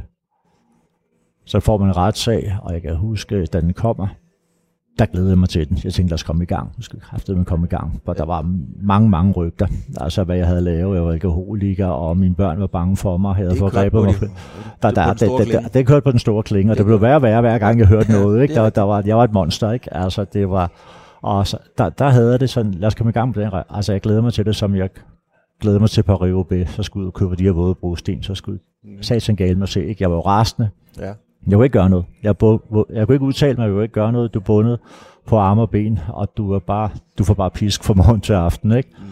så får man en retssag, og jeg kan huske, da den kommer, der glædede jeg mig til den. Jeg tænkte, lad os komme i gang. Jeg skulle kraftedeme komme i gang. For der var mange, mange rygter. Altså hvad jeg havde lavet. Jeg var alkoholiker, og mine børn var bange for mig. Jeg havde forgrebet mig. Der, der, det, det, det, det kørte på den store klinge, og det blev værre og værre, hver gang jeg hørte noget. Ikke? Der, der var, jeg var et monster, ikke? Altså det var... Og så, der, der havde jeg det sådan, lad os komme i gang med den. Altså jeg glæder mig til det, som jeg glæder mig til Paris-Roubaix. Så skulle jeg købe de her våde brosten, så skulle jeg satan gale mig se. Ikke? Jeg var jo rasende. Ja. Jeg kunne ikke gøre noget. Jeg, både, jeg kunne ikke udtale mig, jeg kunne ikke gøre noget. Du er bundet på arme og ben, og du, er bare, du får bare pisk fra morgen til aften. Ikke? Mm.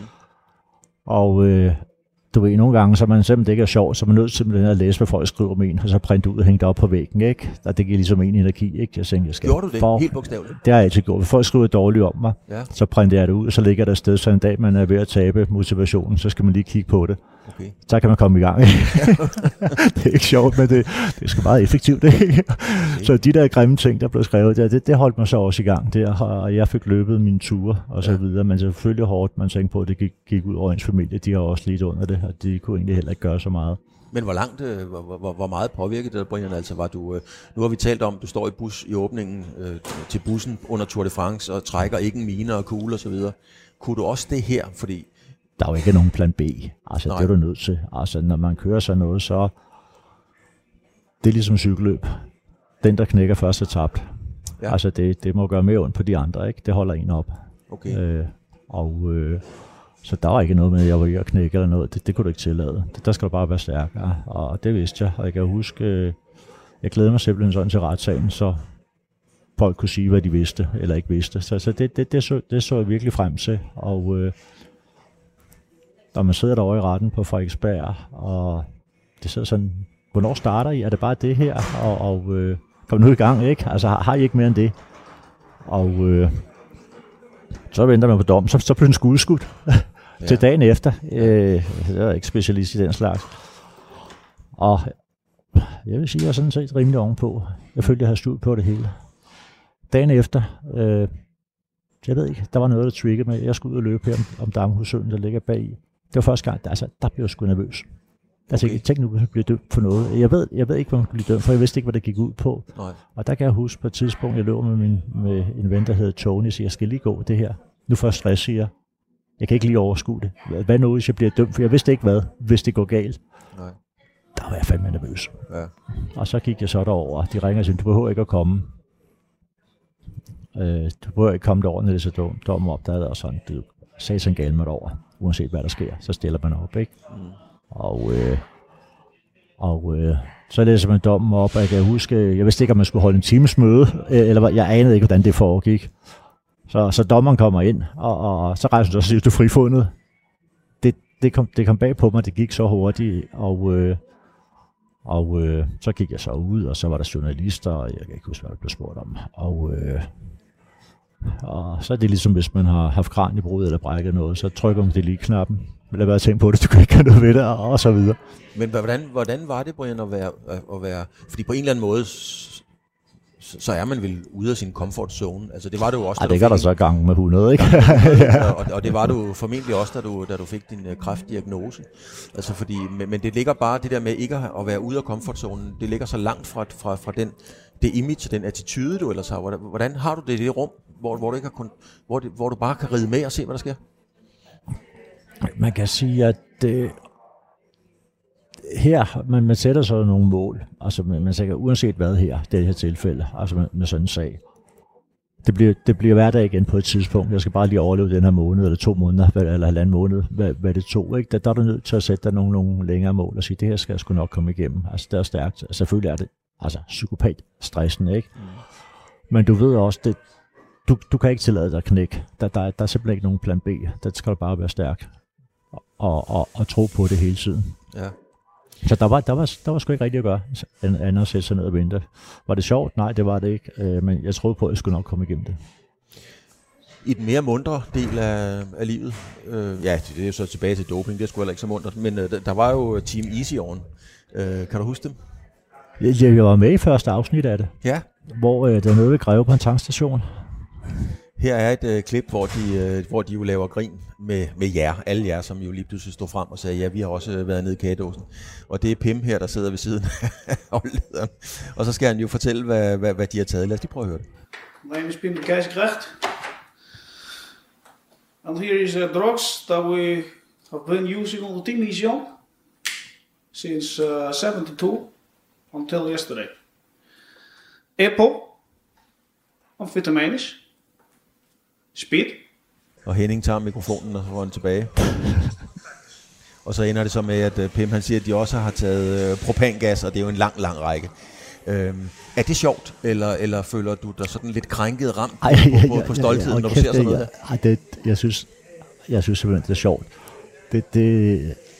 Og øh, du ved, nogle gange, så man simpelthen ikke er sjov, så man er nødt simpelthen at læse, hvad folk skriver om en, og så printe ud og hænge det op på væggen, ikke? Og det giver ligesom en energi, ikke? Jeg tænker, jeg skal... Gjorde du det? For... Helt bogstaveligt? Det har jeg altid gjort. Hvis folk skriver dårligt om mig, ja. Så printer jeg det ud, og så ligger der et sted, så en dag, man er ved at tabe motivationen, så skal man lige kigge på det. Okay. Så kan man komme i gang. Det er ikke sjovt, men det, det er sgu meget effektivt, ikke? Okay. Så de der grimme ting, der blev skrevet der, det, det holdt mig så også i gang der, og jeg fik løbet mine ture og så ja. videre, men selvfølgelig hårdt, man tænkte på, at det gik, gik ud over ens familie, de har også lidt under det, og de kunne egentlig heller ikke gøre så meget. Men hvor langt, hvor, hvor, hvor meget påvirket det, Brian, altså var du, nu har vi talt om, du står i bus i åbningen øh, til bussen under Tour de France, og trækker ikke en mine og kugle og så videre. Kunne du også det her, fordi... Der er jo ikke nogen plan B, altså Nej. Det er du nødt til. Altså når man kører sådan noget, så det er ligesom cykelløb. Den, der knækker først, er tabt. Ja. Altså det, det må gøre mere ondt på de andre, ikke? Det holder en op. Okay. Øh, og øh, så der var ikke noget med, at jeg var i at knække eller noget. Det, det kunne du ikke tillade. Det, der skal du bare være stærkere, og det vidste jeg. Og jeg kan huske, øh, jeg glædede mig simpelthen sådan til retssagen, så folk kunne sige, hvad de vidste eller ikke vidste. Så, så det, det, det, så, det så jeg virkelig frem til, og... Øh, når man sidder derovre i retten på Frederiksberg, og det sidder sådan, hvornår starter I? Er det bare det her? Og, og øh, kom nu i gang, ikke? Altså har, har I ikke mere end det? Og øh, så venter man på dom, så, så bliver den skudskudt ja. til dagen efter. Øh, jeg er ikke specialist i den slags. Og jeg vil sige, jeg er sådan set rimelig ovenpå. Jeg følte, jeg havde styr på det hele. Dagen efter... Øh, jeg ved ikke, der var noget, der triggede mig. Jeg skulle ud og løbe her om, om Damhussøen, der ligger bag i. Det var første gang, der, altså, der blev jeg sgu nervøs. Altså, okay. Jeg tænkte nu, at jeg bliver dømt for noget. Jeg ved, jeg ved ikke, hvad man kunne blive dømt for. Jeg vidste ikke, hvad det gik ud på. Nej. Og der kan jeg huske på et tidspunkt, jeg løb med, min, med en ven, der hedder Tony, så jeg skal lige gå det her. Nu får jeg stress, siger jeg. Jeg kan ikke lige overskue det. Hvad nu, hvis jeg bliver dømt? For jeg vidste ikke hvad, hvis det går galt. Nej. Der var jeg fandme nervøs. Ja. Og så gik jeg så derover. De ringer og siger, du behøver ikke at komme. Øh, du behøver ikke komme derover, når det så dommen op. Der er der sådan, du satan galt mig derover. Uanset hvad der sker, så stiller man op, ikke? Mm. Og, øh, og øh, så læser man dommen op, og jeg kan huske, jeg vidste ikke, om man skulle holde en times møde, eller jeg anede ikke, hvordan det foregik. Så, så dommeren kommer ind, og, og så rejser du og siger, du er frifundet. Det, det, kom, det kom bag på mig, det gik så hurtigt, og, øh, og øh, så gik jeg så ud, og så var der journalister, og jeg kan ikke huske, hvad der blev spurgt om. Og, øh, og så er det ligesom, hvis man har haft kraniebrud eller brækket noget, så trykker man det lige knappen. Lad være at tænke på det, du kan ikke have noget ved det, og, og så videre. Men hvordan, hvordan var det, Brian, at være, at være... Fordi på en eller anden måde, så, så er man vel ude af sin comfort zone. Altså det var det jo også, Ej, det gør der så gang med hundrede, ikke? ja. og, og det var du formentlig også, da du, da du fik din uh, kræftdiagnose. Altså fordi, men, men det ligger bare, det der med ikke at være ude af comfortzonen, det ligger så langt fra, fra, fra den, det image, den attitude, du ellers har. Hvordan, hvordan har du det i det rum, hvor, hvor, du ikke har kun, hvor, det, hvor du bare kan ride med og se, hvad der sker? Man kan sige, at det, her, man, man sætter så nogle mål, altså man, man siger, uanset hvad her, det her tilfælde, altså med, med sådan en sag, det bliver, det bliver hverdag igen på et tidspunkt, jeg skal bare lige overleve den her måned, eller to måneder, eller halvanden måned, hvad, hvad det tog, ikke? Der, der er du nødt til at sætte dig nogle, nogle længere mål, og sige, det her skal jeg sgu nok komme igennem, altså det er stærkt, altså, selvfølgelig er det, altså psykopat stressende, ikke? Mm. Men du ved også, det, du, du kan ikke tillade dig at knække, der, der, der er simpelthen ikke nogen plan B, der skal du bare være stærk, og, og, og tro på det hele tiden. Ja. Så der var, der, var, der var sgu ikke rigtigt at gøre, andet at sætte sig ned og vente. Var det sjovt? Nej, det var det ikke, øh, men jeg troede på, at jeg skulle nok komme igennem det. I den mere mundre del af, af livet, øh, ja, det er jo så tilbage til doping, det er sgu heller ikke så mundret, men øh, der var jo Team Easy-åren. Øh, kan du huske dem? Jeg, jeg var med i første afsnit af det, ja. Hvor øh, der nede ved Greve på en tankstation. Her er et øh, klip, hvor de, øh, hvor de jo laver grin med, med jer, alle jer, som jo lige pludselig stod frem og sagde, ja, vi har også øh, været nede i kagedåsen. Og det er Pim her, der sidder ved siden af holdlederen. Og så skal han jo fortælle, hvad, hvad, hvad de har taget. Lad os lige prøve at høre det. My name is Pim de Keizerkracht. And here is uh, drugs that we have been using on the Team Easy on since uh, seventy-two until yesterday. Apple, amphetamines, speed. Og Henning tager mikrofonen og får den tilbage. Og så ender det så med, at Pim han siger, at de også har taget øh, propangas, og det er jo en lang, lang række. Øhm, er det sjovt, eller, eller føler du dig sådan lidt krænket ramt på, Ej, på, på stoltheden, ja, ja, ja, når du ser sådan noget her? Ej, det, jeg, synes, jeg synes simpelthen, det er sjovt. Det, det,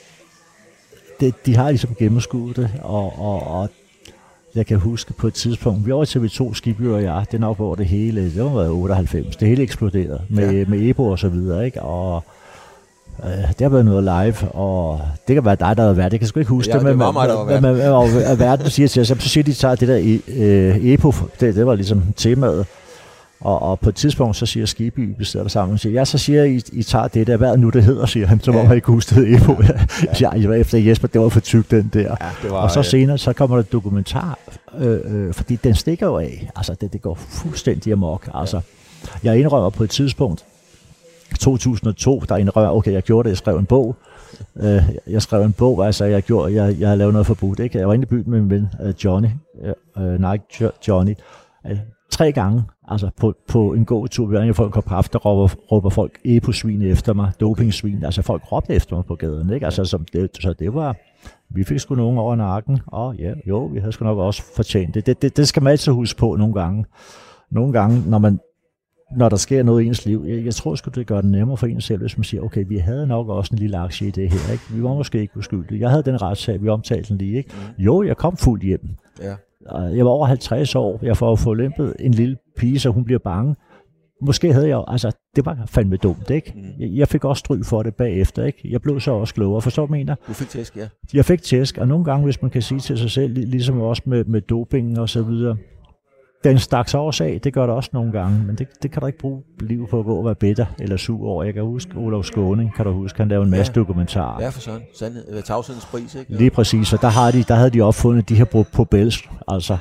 det, de har ligesom gennemskuet det, og, og, og jeg kan huske på et tidspunkt, vi var til T V to, Skibby og jeg, det er nok over det hele, det var otteoghalvfems, det hele eksploderede med, ja. med Ebo og så videre, ikke? Og øh, det har været noget live, og det kan være dig, der har været, jeg kan sgu ikke huske ja, det, det men mig, der var at verden siger til os, så siger de, tager det der øh, Ebo, det, det var ligesom temaet, og, og på et tidspunkt, så siger Skibby, vi sidder der sammen, og siger, ja, så siger I, I tager det der, hvad nu det hedder, siger han, så må ja. man ikke huske det Ebo. Ja. Ja. Jeg var efter Jesper, det var for tyk, den der. Ja, det var, og så senere, så kommer der dokumentar, øh, øh, fordi den stikker jo af, altså det, det går fuldstændig amok, altså. Ja. Jeg indrømmer på et tidspunkt, to tusind og to, der indrømmer, okay, jeg gjorde det, jeg skrev en bog, øh, jeg skrev en bog, altså jeg gjorde, jeg, jeg havde lavet noget forbudt, ikke? Jeg var inde i byen med min ven, uh, Johnny, uh, Nike Johnny, uh, tre gange, altså på, på en god tur, vi var inde i folk kop kaffe, der råber, råber folk epo-svin efter mig, doping-svin, altså folk råbte efter mig på gaden, ikke? Altså, som det, så det var, vi fik sgu nogen over nakken, og ja, jo, vi havde sgu nok også fortjent det. Det, det, det skal man altid huske på nogle gange. Nogle gange, når man når der sker noget i ens liv, jeg, jeg tror sgu, det gør det nemmere for en selv, hvis man siger, okay, vi havde nok også en lille aktie i det her, ikke? Vi var måske ikke uskyldige. Jeg havde den retssag, vi omtalte den lige, ikke? Mm. Jo, jeg kom fuldt hjem. Ja. Jeg var over halvtreds år, jeg får få lempet en lille pige, så hun bliver bange. Måske havde jeg, altså, det var fandme dumt, ikke? Mm. Jeg, jeg fik også stryg for det bagefter, ikke? Jeg blev så også klogere, forstår du, mener? Du fik tæsk, ja. Jeg fik tæsk, og nogle gange, hvis man kan sige til sig selv, ligesom også med, med doping og så videre, den stak sig også af, det gør det også nogle gange, men det, det kan du ikke bruge livet på at gå og være bitter eller sur over. Jeg kan huske Olav Skåning, kan du huske, han lavede en masse ja. dokumentarer. Ja, for sådan. Sandhed, tavshedens pris, ikke? Lige præcis, og der, har de, der havde de opfundet de her Probels, altså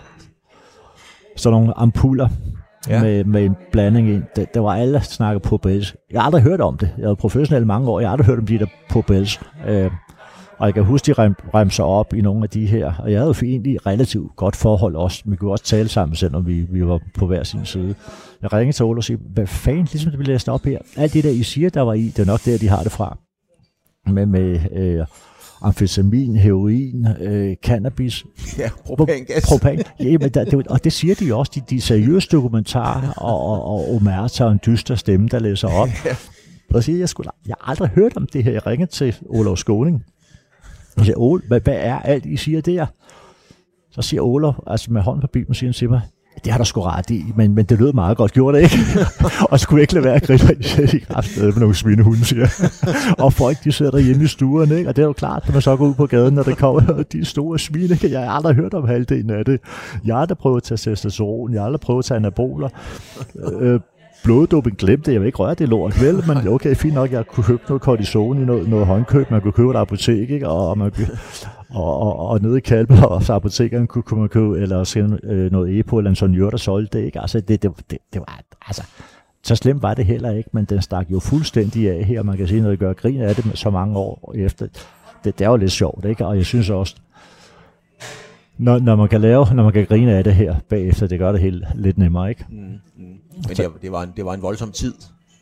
sådan nogle ampuller ja. med, med en blanding ind. Det, det var alle, der snakkede Probels. Jeg har aldrig hørt om det. Jeg var professionel mange år, jeg har aldrig hørt om de der Probels. Øh, Og jeg kan huske, de rem, remser op i nogle af de her. Og jeg havde jo egentlig relativt godt forhold også. Vi kunne også tale sammen, selvom vi, vi var på hver sin side. Jeg ringede til Ole og siger, hvad fanden, ligesom det vi læste op her. Alt det der, I siger, der var i, det er nok der, de har det fra. Med, med øh, amfetamin, heroin, øh, cannabis. Ja, propangas. Propan. Ja, men der, det, og det siger de også, de, de seriøse dokumentarer, og, og, og Omerta og en dyster stemme, der læser op. Og siger, jeg, skulle, jeg har aldrig hørt om det her. Jeg ringede til Olav Skåning. Jeg siger, Ole, hvad, hvad er alt, I siger der? Så siger Olav, altså med hånden på bilen, siger han til mig, Det har der sgu ret i, men, men det lød meget godt, gjorde det ikke? Og skulle ikke lade være at grine i kraften med nogle svinehunde, siger. Og folk, de sidder derhjemme i stuerne, ikke? Og det er jo klart, når man så går ud på gaden, når det kommer de store svine. Jeg har aldrig hørt om halvdelen af det. Jeg har aldrig prøvet at tage testosteron, jeg har aldrig prøvet at tage anaboler. Øh, Bloddoping glemte jeg vil ikke røre det lort, vel? Men okay, fint nok, jeg kunne købe noget kortison i noget, noget håndkøb, man kunne købe et apotek, ikke? Og, og man Og, og, og nede i Kalmar, så apotekeren kunne, kunne man købe, eller sende øh, noget Epo, eller en sonjør, der solgte det, ikke? Altså, det, det, det, det var, altså, så slemt var det heller ikke, men den stak jo fuldstændig af her, man kan sige, når det gør grin af det med så mange år efter. Det, det er jo lidt sjovt, ikke? Og jeg synes også, når, når man kan lave, når man kan grine af det her bagefter, det gør det helt lidt nemmere, ikke? Mm, mm. Men det, det, var en, det var en voldsom tid.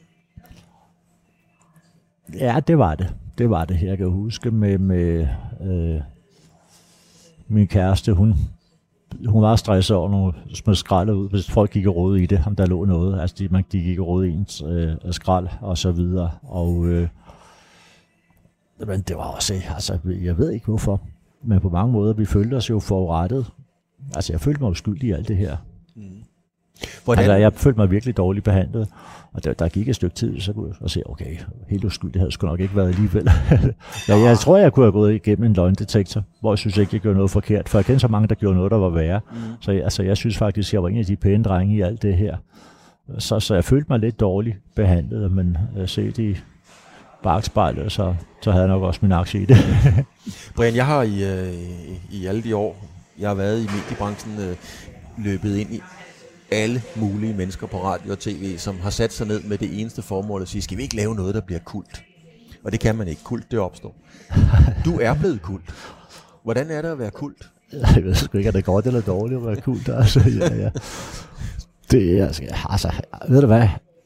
Ja, det var det. Det var det. Jeg kan huske med, med øh, min kæreste, hun, hun var stresset over nogle små skralder ud, hvis folk gik og rådede i det, om der lå noget. Altså, de, man gik og rådede i ens øh, skrald og så videre. Og, øh, men det var også, altså, jeg ved ikke hvorfor, men på mange måder, vi følte os jo forurettet. Altså, jeg følte mig uskyldig i alt det her. Mm. Altså, jeg følte mig virkelig dårligt behandlet, og der, der gik et stykke tid, så kunne jeg se, okay, helt uskyldig havde sgu nok ikke været alligevel. ja, jeg tror, jeg kunne have gået igennem en løgndetektor, hvor jeg synes ikke, jeg gjorde noget forkert, for jeg kendte så mange, der gjorde noget, der var værre. Mm. Så altså, jeg synes faktisk, jeg var en af de pæne drenge i alt det her. Så, så jeg følte mig lidt dårligt behandlet, men jeg set i bagspejlet, så, så havde jeg nok også min aktie i det. Brian, jeg har i, øh, i alle de år, jeg har været i mediebranchen, øh, løbet ind i alle mulige mennesker på radio og tv, som har sat sig ned med det eneste formål at sige, skal vi ikke lave noget, der bliver kult? Og det kan man ikke. Kult, det opstår. Du er blevet kult. Hvordan er det at være kult? Jeg ved sgu ikke, er det godt eller dårligt at være kult? Altså, ja, ja. Det er, altså, ved du hvad?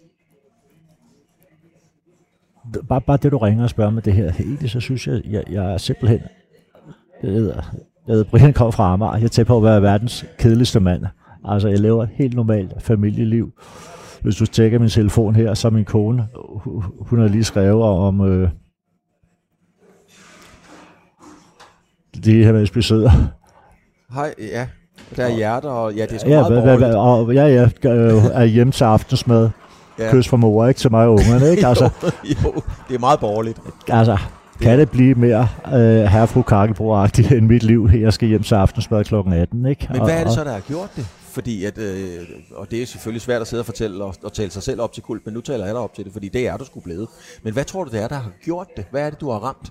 Bare, bare det, du ringer og spørger med det her, egentlig, så synes jeg, jeg, jeg er simpelthen, jeg ved, jeg ved, Brian kommer fra Amager, jeg tæt på at være verdens kedeligste mand. Altså, jeg lever et helt normalt familieliv. Hvis du tjekker min telefon her, så min kone, hun har lige skrevet om øh, de her, hvis vi sidder. Hej, ja. Der er hjerter, og ja, det er sgu ja, meget borgerligt. Og ja, ja, er hjemme til aftensmad. Ja. Kys fra mor, ikke til mig og ungerne, ikke? Altså, jo, jo, det er meget borgerligt. Altså, kan det blive mere øh, herre fru Kakkelbro-agtigt end mit liv? Jeg skal hjem til aftensmad klokken atten, ikke? Men hvad er det så, der har gjort det? Fordi, at, øh, og det er selvfølgelig svært at sidde og fortælle og, og tale sig selv op til kult, men nu taler jeg dig op til det, fordi det er du sgu blevet. Men hvad tror du, det er, der har gjort det? Hvad er det, du har ramt?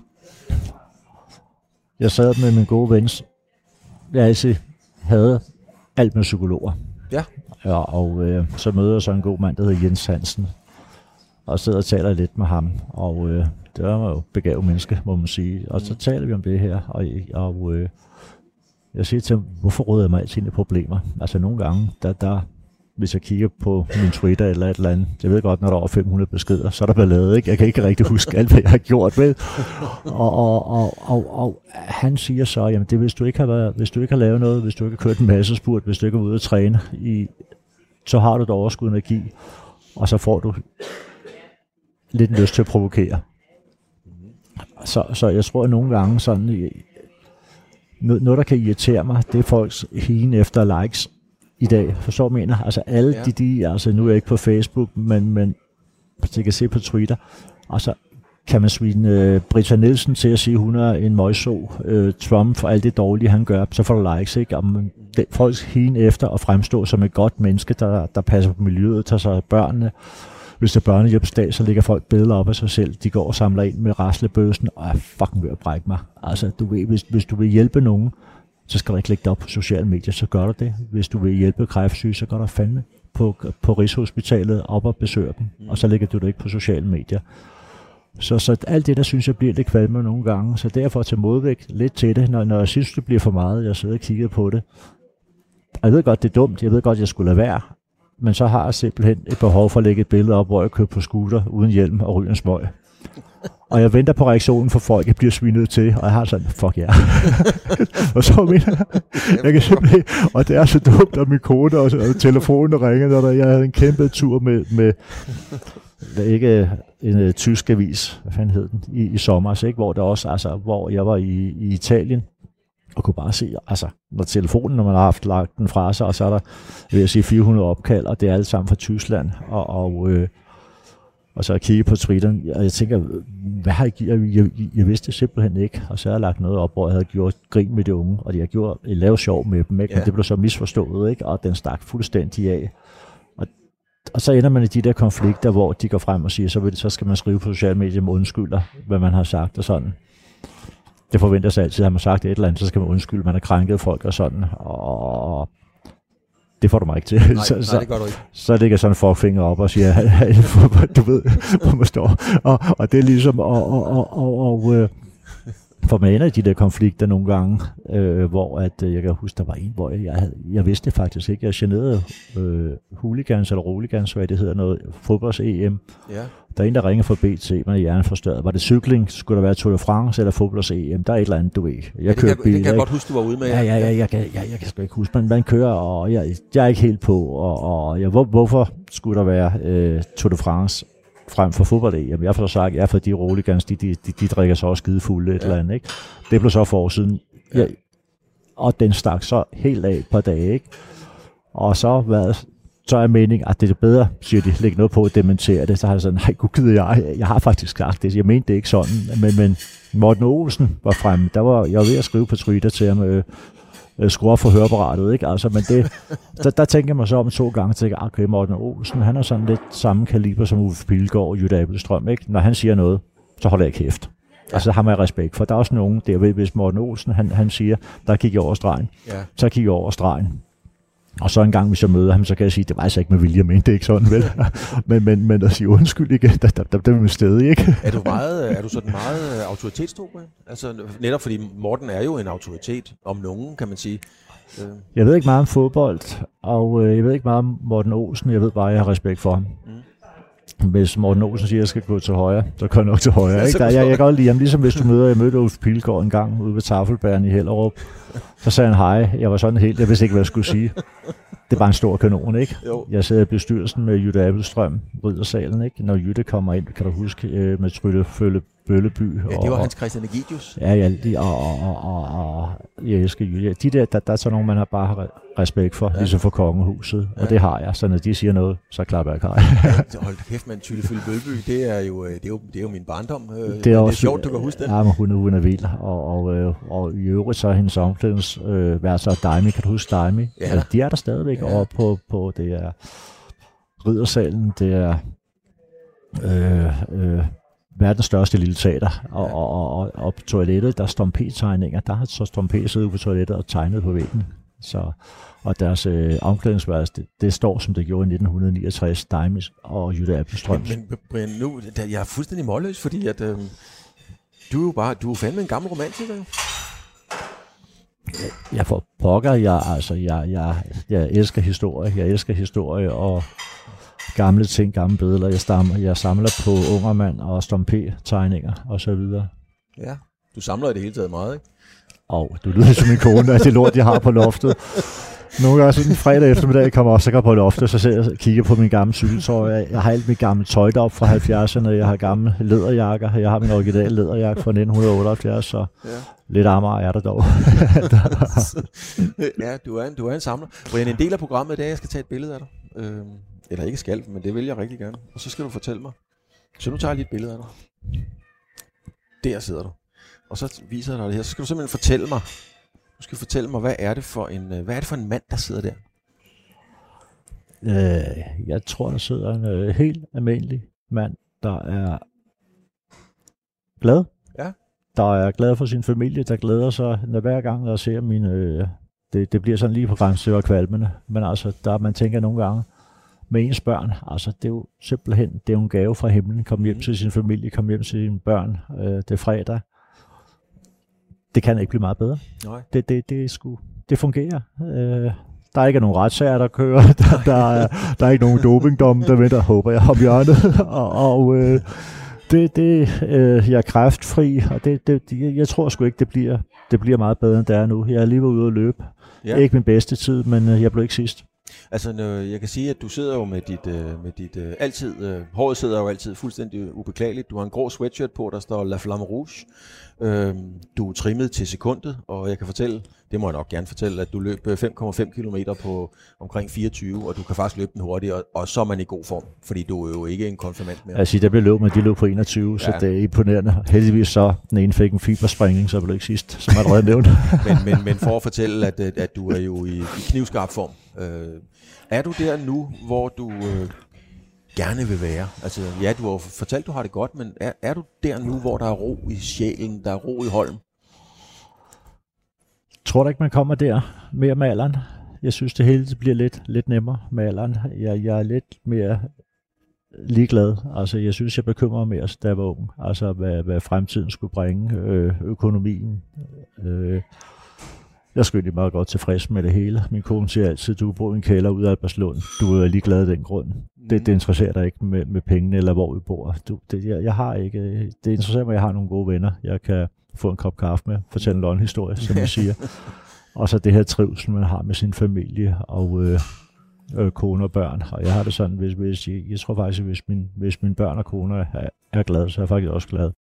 Jeg sad med min gode ven, jeg altid havde alt med psykologer. Ja. Ja, og øh, så møder jeg så en god mand, der hedder Jens Hansen, og sidder og taler lidt med ham, og øh, det var jo begavet menneske, må man sige. Og så mm. taler vi om det her, og, og øh, jeg siger til ham, hvorfor råder jeg mig altid ind i problemer? Altså nogle gange, der, der, hvis jeg kigger på min Twitter eller et eller andet, jeg ved godt, når der er over fem hundrede beskeder, så er der ballade, ikke? Jeg kan ikke rigtig huske alt, hvad jeg har gjort, vel? Og, og, og, og, og han siger så, jamen det hvis du ikke har været, hvis du ikke har lavet noget, hvis du ikke har kørt en masse spurt, hvis du ikke er ude at træne, i, så har du et overskud energi, og så får du lidt lyst til at provokere. Så, så jeg tror, at nogle gange sådan, noget der kan irritere mig, det er folks hien efter likes i dag. Forstår du, mener? Altså alle ja. de, de, altså nu er jeg ikke på Facebook, men, men det kan se på Twitter, og så kan man svine uh, Britta Nielsen til at sige, at hun er en møjso, uh, Trump for alt det dårlige, han gør, så får du likes, ikke? Og det, folks hien efter at fremstå som et godt menneske, der, der passer på miljøet, tager sig af børnene. Hvis det er børnehjælpsdag, så lægger folk billeder op af sig selv. De går og samler ind med raslebøsen, og er fucking ved at brække mig. Altså, du ved, hvis, hvis du vil hjælpe nogen, så skal du ikke lægge det op på sociale medier, så gør du det. Hvis du vil hjælpe kræftsyge, så går du fandme på, på Rigshospitalet op og besøger dem, mm. og så lægger du det ikke på sociale medier. Så, så alt det, der synes jeg bliver lidt kvalme nogle gange, så derfor at tage modvægt lidt til det, når, når jeg synes, det bliver for meget, jeg sidder og kigger på det. Jeg ved godt, det er dumt, jeg ved godt, jeg skulle lade være, men så har jeg simpelthen et behov for at lægge et billede op, hvor jeg kører på scooter uden hjelm og ryger en smøg. Og jeg venter på reaktionen for folk, jeg bliver svinet til, og jeg har sådan, fuck ja. Yeah. Og så mener jeg, jeg kan simpelthen, og det er så dumt, at min kone og, og telefonen ringer, når der, jeg havde en kæmpe tur med, med ikke en uh, tysk avis, hvad fanden hed den, i, i sommer, ikke? Hvor der også, altså, hvor jeg var i, i Italien, og kunne bare se, altså, når telefonen, når man har haft lagt den fra sig, og så er der, vil jeg sige, fire hundrede opkald, og det er alle sammen fra Tyskland, og, og, øh, og så jeg kigger på tweeteren, og jeg tænker, hvad har jeg, jeg, jeg, jeg vidste det simpelthen ikke, og så har jeg lagt noget op, hvor jeg havde gjort grin med de unge, og jeg gjorde et lavet sjov med dem, ikke? Men Ja. det blev så misforstået, ikke? Og den stak fuldstændig af. Og, og så ender man i de der konflikter, hvor de går frem og siger, så, vil det, så skal man skrive på sociale medier med undskylder, hvad man har sagt og sådan. Det forventer sig altid, at man har sagt et eller andet, så skal man undskylde, man har krænket folk og sådan, og det får du mig ikke til. Nej, så, nej, så, det gør du ikke. så ligger sådan en fuckfinger op og siger, du ved, hvor man står. Og, og det er ligesom, og, og, og, og, og øh, for man ender i de der konflikter nogle gange, øh, hvor at, øh, jeg kan huske, der var en, hvor jeg, jeg, havde, jeg vidste det faktisk ikke. Jeg generede øh, hooligans eller roligans, hvad det hedder, noget fodbolds-E M. Ja. Der er en, der ringer fra B T, man er hjerneforstørret. Var det cykling? Skulle der være Tour de France eller fodbolds-E M? Der er et eller andet, du ved. Jeg Ja, det, kører kan, bil, det kan jeg ikke? godt huske, du var ude med. Ja, ja, ja, jeg kan, jeg, jeg kan sgu ikke huske, men man kører, og jeg, jeg er ikke helt på, og, og jeg, hvor, hvorfor skulle der være øh, Tour de France frem for fodbold? Jamen, jeg får så sagt, ja, for de roligans, de, de, de, de drikker så også skidefulde et Ja. eller andet, ikke? Det blev så for år siden. Ja. Jeg, og den stak så helt af et par dage, ikke? Og så hvad, så er meningen, at det er bedre, siger de, lægge noget på at dementere det. Så har jeg sådan, nej, gud gider jeg, jeg har faktisk sagt det, jeg mente det ikke sådan, men, men Morten Olsen var fremme, der var, jeg var ved at skrive på Twitter til ham, øh, øh, skru op for høreapparatet, ikke? Altså, men det, der, der tænker man så om to gange, og tænker, okay, Morten Olsen, han er sådan lidt samme kaliber som Uffe Pilgaard og Jytte Abelstrøm, ikke? Når han siger noget, så holder jeg kæft. Ja. Altså, der har man respekt for. Der er også nogen, der ved, hvis Morten Olsen, han, han siger, der gik jeg over stregen, Ja. så gik jeg over stregen. Og så en gang, hvis jeg møder ham, så kan jeg sige, det var altså ikke med vilje, men det er ikke sådan, vel? men, men, men at sige undskyld igen, der, der, der, der er vi stedig, ikke? Er du, meget, er du sådan meget øh, autoritetstro, Brian? Altså netop fordi Morten er jo en autoritet om nogen, kan man sige. Øh. Jeg ved ikke meget om fodbold, og øh, jeg ved ikke meget om Morten Olsen. Jeg ved bare, at jeg har respekt for ham. Mm. Hvis Morten Olsen siger, at jeg skal gå til højre, så går jeg nok til højre. Ikke? Der, jeg, jeg kan godt lide ham, ligesom hvis du møder, jeg mødte Uffe Pilgaard en gang ude ved Tafelbæren i Hellerup. Så sagde han hej. Jeg var sådan helt, jeg vidste ikke, hvad jeg skulle sige. Det var en stor kanon, ikke? Jo. Jeg sidder i bestyrelsen med Jytte Abelstrøm, Riddersalen, ikke? Når Jytte kommer ind, kan du huske, øh, med Tryllefølge Bølleby. Ja, det var Hans Christian Egidius. Ja, ja, de, og, og, og, og jeg elsker Jytte. De der, der, der er sådan nogle, man har bare har respekt for, ja. Ligesom for kongehuset, ja. Og det har jeg. Så når de siger noget, så klapper jeg kaj. Ja, hold da kæft, man. Tryllefølge Bølleby, det er jo, det er jo, det er jo min barndom. Det er, det er, også, også, det er sjovt, du kan huske det. Ja, men hun er, hun er vild. Og, og, og, og i øvrigt så er hendes omklædens øh, værelser og Daimi. Kan du huske Daimi? Ja. Altså, de er der stadigvæk ja. Over på, på det er Riddersalen, det er øh, øh, verdens største lille teater, og, og, og, og, og på toilettet, der er Stompé-tegninger, der har så Stompé siddet på toilettet og tegnet på væggen, så, og deres øh, omklædningsværelse, det, det står som det gjorde i nitten niogtres, Daimis og Jytte Abelstrøms. Men, men Brian, nu, der, jeg er fuldstændig målløs, fordi at, øh, du er jo bare, du er fandme en gammel romantiker. Jeg, jeg får pokker, jeg, altså, jeg, jeg, jeg elsker historie, jeg elsker historie, og gamle ting, gamle billeder. Jeg, stammer, jeg samler på Ungermand og Stompé-tegninger og så videre. Ja, du samler i det hele taget meget, ikke? Og du lyder som min kone, at det lort, jeg har på loftet. Nogle gange sådan en fredag eftermiddag, jeg kommer også, så går på loftet, så sidder jeg og kigger på min gamle cykeltøj. Jeg har alt mit gamle tøj op fra halvfjerdserne, jeg har gamle læderjakker, jeg har min originale læderjakke fra nitten otteoghalvfjerds, så ja. Lidt Amager er der dog. Ja, du er, en, du er en samler. Brian, en del af programmet i dag, jeg skal tage et billede af dig. Øh, eller ikke skal, men det vil jeg rigtig gerne. Og så skal du fortælle mig. Så nu tager jeg lige et billede af dig. Der sidder du. Og så viser jeg dig det her. Så skal du simpelthen fortælle mig. Du skal fortælle mig, hvad er det for en, hvad er det for en mand, der sidder der? Øh, jeg tror, der sidder en øh, helt almindelig mand, der er glad. Ja. Der er glad for sin familie, der glæder sig, når hver gang jeg ser mine... Øh, det, det bliver sådan lige på grænsen og kvalmene. Men altså, der man tænker nogle gange med ens børn, altså det er jo simpelthen, det er jo en gave fra himlen. Kom hjem til sin familie, kom hjem til sine børn. Øh, det er fredag. Det kan ikke blive meget bedre. Nej. Det, det, det, er sgu, det fungerer. Øh, der er ikke nogen retssager, der kører. Der, der, er, der er ikke nogen dopingdomme, der venter, håber jeg, om hjørnet. Og, og øh, det, det, øh, jeg er kræftfri, og det, det, jeg tror sgu ikke, det bliver, det bliver meget bedre, end det er nu. Jeg er lige ude at løbe. Ja. Ikke min bedste tid, men jeg blev ikke sidst. Altså, jeg kan sige, at du sidder jo med dit, med dit altid, håret sidder jo altid fuldstændig ubeklageligt. Du har en grå sweatshirt på, der står La Flamme Rouge. Du er trimmet til sekundet, og jeg kan fortælle, det må jeg nok gerne fortælle, at du løb fem komma fem kilometer på omkring fireogtyve, og du kan faktisk løbe den hurtigere, og så er man i god form, fordi du er jo ikke en konfirmand mere. Altså, der blev løbet, men de løb på enogtyve, ja. Så det er imponerende. Heldigvis så, den ene fik en fibersprængning, så blev det ikke sidst, som jeg allerede nævnt. men, men, men for at fortælle, at, at du er jo i, i knivskarp form. Øh, er du der nu, hvor du øh, gerne vil være? Altså, ja, du har fortalt, du har det godt, men er, er du der nu, hvor der er ro i sjælen, der er ro i Holm? Tror du ikke, man kommer der mere med alderen? Jeg synes, det hele bliver lidt, lidt nemmere med alderen. Jeg, jeg er lidt mere ligeglad. Altså, jeg synes, jeg bekymrer mig mere, da jeg var ung. Altså, hvad, hvad fremtiden skulle bringe, øh, økonomien. Øh, jeg er sgu egentlig meget godt tilfreds med det hele. Min kone siger altid, du bor i en kælder ude af Albertslund. Du er ligeglad af den grund. Det, det interesserer dig ikke med, med pengene, eller hvor vi bor. Du, det, jeg, jeg har ikke, det interesserer mig, at jeg har nogle gode venner. Jeg kan få en kop kaffe med, fortælle en løgnhistorie, som jeg siger. Og så det her trivsel, man har med sin familie og øh, øh, kone og børn. Og jeg har det sådan, hvis, hvis jeg, jeg tror faktisk, at hvis, min, hvis mine børn og koner er, er glade, så er jeg faktisk også glad.